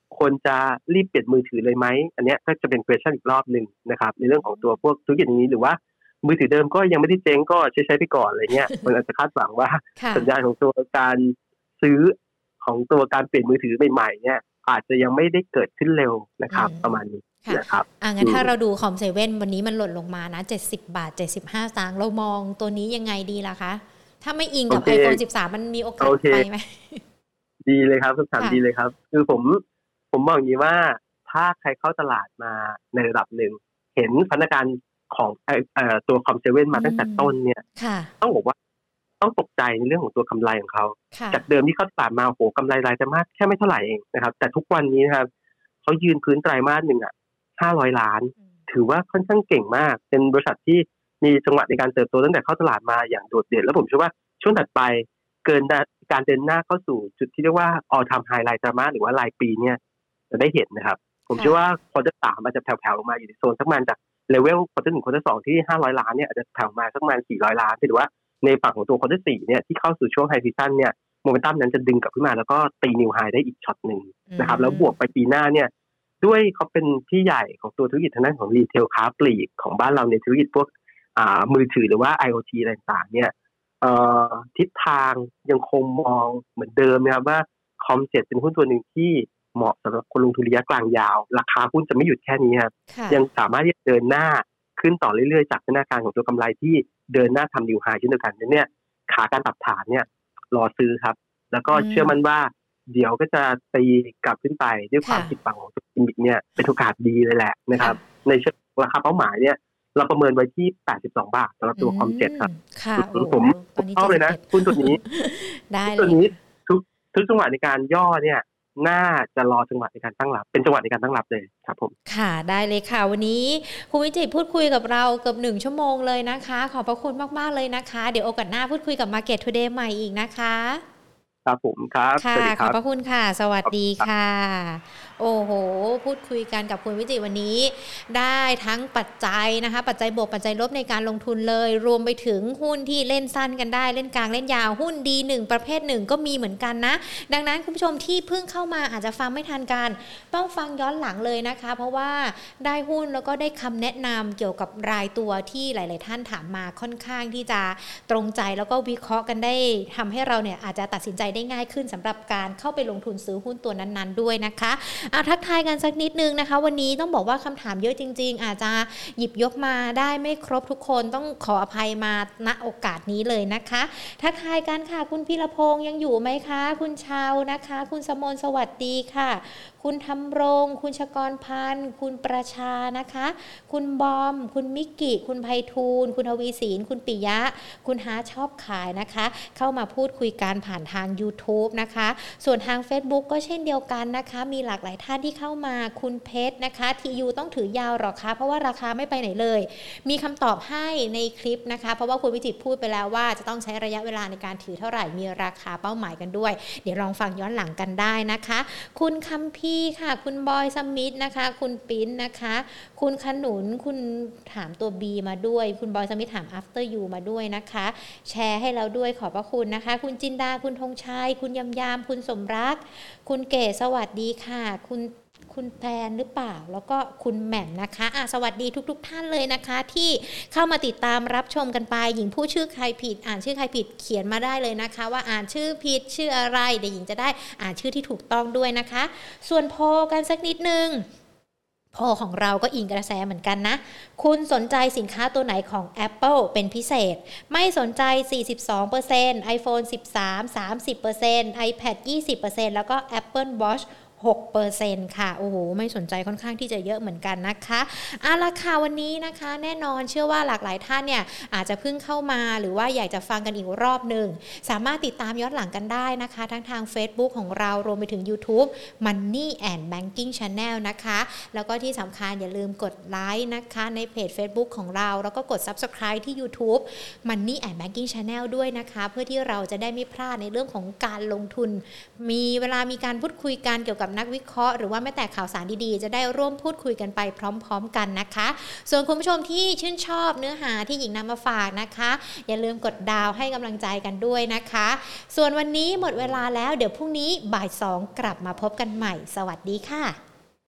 ควรจะรีบเปลี่ยนมือถือเลยไหมอันนี้ก็จะเป็น question อีกรอบหนึ่งนะครับในเรื่องของตัวพวกธุรกิจนี้หรือว่ามือถือเดิมก็ยังไม่ได้เจ๊งก็ใช้ใช้ไปก่อนอะไรเงี้ย มันอาจจะคาดหวังว่าสัญญาณของตัวการซื้อของตัวการเปลี่ยนมือถือใหม่ๆเนี่ยอาจจะยังไม่ได้เกิดขึ้นเร็วนะครับประมาณนี้นะครับอ่ะงั้นถ้าเราดูคอมเซเว่นวันนี้มันหล่นลงมานะเจ็ดสิบบาทเจ็ดสิบห้าสตางค์เรามองตัวนี้ยังไงดีล่ะคะถ้าไม่อิงกับ iPhone สิบสามมันมีโอกาสไปไหมดีเลยครับคำถามดีเลยครับคือผมผมมองอย่างนี้ว่าถ้าใครเข้าตลาดมาในระดับหนึ่งเห็นพนักงานของเอ่อตัวคอมเซเว่นมาตั้งแต่ต้นเนี่ยต้องบอกว่าต้องตกใจในเรื่องของตัวกำไรของเขาจากเดิมที่เขาตลาดมาโหกำไรรายไตรมาสแค่ไม่เท่าไหร่เองนะครับแต่ทุกวันนี้นะครับเขายืนพื้นไตรมาสหนึ่งอ่ะห้าร้อยล้านถือว่าค่อนข้างเก่งมากเป็นบริษัทที่มีจังหวะในการเติบโตตั้งแต่เข้าตลาดมาอย่างโดดเด่นแล้วผมเชื่อว่าช่วงถัดไปเกินการเดินหน้าเข้าสู่จุดที่เรียกว่า all time high รายไตรมาสหรือว่ารายปีเนี่ยจะได้เห็นนะครับผมเชื่อว่าควอเตอร์สามอาจจะแผ่วๆลงมาอยู่ในโซนสักประมาณจากเลเวลควอเตอร์หนึ่งควอเตอร์สองที่ห้าร้อยล้านเนี่ยอาจจะแผ่วมาสักประมาณสี่ร้อยล้านหรือว่าในฝั่งของตัวควอเตอร์สี่เนี่ยที่เข้าสู่ช่วงไฮซีซั่นเนี่ยโมเมนตัมนั้นจะดึงกลับขึ้นมาแล้วก็ตีนิวไฮได้อีกช็อตนึงนะครับแล้วบวกไปปีหน้าเนี่ยด้วยเขาเป็นพี่ใหญ่ของตัวธุรกิจทางด้านของรีเทลค้าปลีกของบ้านเราในธุรกิจพวกอ่ามือถือหรือว่า IoT อะไรต่างๆเนี่ยเอ่อทิศทางยังคงมองเหมือนเดิมนะครับว่าคอมเจ็ดเป็นหุ้นตัวหนึ่งที่เหมาะสำหรับคนลงทุนระยะกลางยาวราคาหุ้นจะไม่หยุดแค่นี้ครับยังสามารถที่จะเดินหน้าขึ้นต่อเรื่อยๆจากพัฒนาการของตัวกำไรที่เดินหน้าทำนิวไฮเช่นเดียวกันเนี่ยขาการปรับฐานเนี่ยรอซื้อครับแล้วก็เชื่อมั่นว่าเดี๋ยวก็จะตีกลับขึ้นไปด้วยความผิดหวังของตัวกิมมิคเนี่ยเป็นโอกาสดีเลยแหละนะครับในเชิงราคาเป้าหมายเนี่ยเราประเมินไว้ที่แปดสิบสองบาทสำหรับตัวคอมเจ็ดครับผมผมชอบเลยนะหุ้นตัวนี้ได้เลยตัวนี้ทุกทุกจังหวะในการย่อเนี่ยน่าจะรอจังหวะในการตั้งรับเป็นจังหวะในการตั้งรับเลยครับผมค่ะได้เลยค่ะวันนี้คุณวิจิตรพูดคุยกับเราเกือบหนึ่งชั่วโมงเลยนะคะขอบพระคุณมากๆเลยนะคะเดี๋ยวโอกาสหน้าพูดคุยกับ Market Today ใหม่อีกนะคะครับผมครับค่ะขอบพระคุณค่ะสวัสดีค่ะโอ้โหพูดคุยกันกับคุณวิจิตรวันนี้ได้ทั้งปัจจัยนะคะปัจจัยบวกปัจจัยลบในการลงทุนเลยรวมไปถึงหุ้นที่เล่นสั้นกันได้เล่นกลางเล่นยาวหุ้นดีหนึ่งประเภทหนึ่งก็มีเหมือนกันนะดังนั้นคุณผู้ชมที่เพิ่งเข้ามาอาจจะฟังไม่ทันกันต้องฟังย้อนหลังเลยนะคะเพราะว่าได้หุ้นแล้วก็ได้คำแนะนำเกี่ยวกับรายตัวที่หลายๆท่านถามมาค่อนข้างที่จะตรงใจแล้วก็วิเคราะห์กันได้ทำให้เราเนี่ยอาจจะตัดสินใจได้ง่ายขึ้นสำหรับการเข้าไปลงทุนซื้อหุ้นตัวนั้นๆด้วยนะคะเอาทักทายกันสักนิดนึงนะคะวันนี้ต้องบอกว่าคำถามเยอะจริงๆอาจจะหยิบยกมาได้ไม่ครบทุกคนต้องขออภัยมาณโอกาสนี้เลยนะคะทักทายกันค่ะคุณพีรพงษ์ยังอยู่ไหมคะคุณชาวนะคะคุณสมนสวัสดีค่ะคุณธำรงคุณชกรพันธ์คุณประชานะคะคุณบอมคุณมิกกี้คุณไพฑูรย์คุณทวีศิลป์คุณปิยะคุณฮาชอบขายนะคะเข้ามาพูดคุยกันผ่านทาง YouTube นะคะส่วนทาง Facebook ก็เช่นเดียวกันนะคะมีหลากหลายท่านที่เข้ามาคุณเพชรนะคะทียูต้องถือยาวหรอคะเพราะว่าราคาไม่ไปไหนเลยมีคำตอบให้ในคลิปนะคะเพราะว่าคุณวิจิตรพูดไปแล้วว่าจะต้องใช้ระยะเวลาในการถือเท่าไหร่มีราคาเป้าหมายกันด้วยเดี๋ยวลองฟังย้อนหลังกันได้นะคะคุณคัมพีค่ะคุณบอยสมิธนะคะคุณปิ้นนะคะคุณขนุนคุณถามตัว B มาด้วยคุณบอยสมิธถาม after you มาด้วยนะคะแชร์ให้เราด้วยขอบพระคุณนะคะคุณจินดาคุณธงชัยคุณยำยามคุณสมรักคุณเก๋สวัสดีค่ะคุณคุณแพนหรือเปล่าแล้วก็คุณแหม่มนะคะอ่ะสวัสดีทุกๆ ท่านเลยนะคะที่เข้ามาติดตามรับชมกันไปหญิงผู้ชื่อใครผิดอ่านชื่อใครผิดเขียนมาได้เลยนะคะว่าอ่านชื่อผิดชื่ออะไรเดี๋ยวหญิงจะได้อ่านชื่อที่ถูกต้องด้วยนะคะส่วนโพลกันสักนิดนึงโพลของเราก็อิงกระแสเหมือนกันนะคุณสนใจสินค้าตัวไหนของ Apple เป็นพิเศษไม่สนใจ สี่สิบสองเปอร์เซ็นต์ iPhone สิบสาม สามสิบเปอร์เซ็นต์ iPad ยี่สิบเปอร์เซ็นต์ แล้วก็ Apple Watchหกเปอร์เซ็นต์ ค่ะโอ้โหไม่สนใจค่อนข้างที่จะเยอะเหมือนกันนะคะเอาล่ะค่ะวันนี้นะคะแน่นอนเชื่อว่าหลากหลายท่านเนี่ยอาจจะเพิ่งเข้ามาหรือว่าอยากจะฟังกันอีกรอบหนึ่งสามารถติดตามย้อนหลังกันได้นะคะทั้งทาง Facebook ของเรารวมไปถึง YouTube Money and Banking Channel นะคะแล้วก็ที่สำคัญอย่าลืมกดไลค์นะคะในเพจ Facebook ของเราแล้วก็กด Subscribe ที่ YouTube Money and Banking Channel ด้วยนะคะเพื่อที่เราจะได้ไม่พลาดในเรื่องของการลงทุนมีเวลามีการพูดคุยกันเกี่ยวกับกับนักวิเคราะห์หรือว่าแม้แต่ข่าวสารดีๆจะได้ร่วมพูดคุยกันไปพร้อมๆกันนะคะส่วนคุณผู้ชมที่ชื่นชอบเนื้อหาที่หญิงนำมาฝากนะคะอย่าลืมกดดาวให้กำลังใจกันด้วยนะคะส่วนวันนี้หมดเวลาแล้วเดี๋ยวพรุ่งนี้บ่ายสองกลับมาพบกันใหม่สวัสดีค่ะ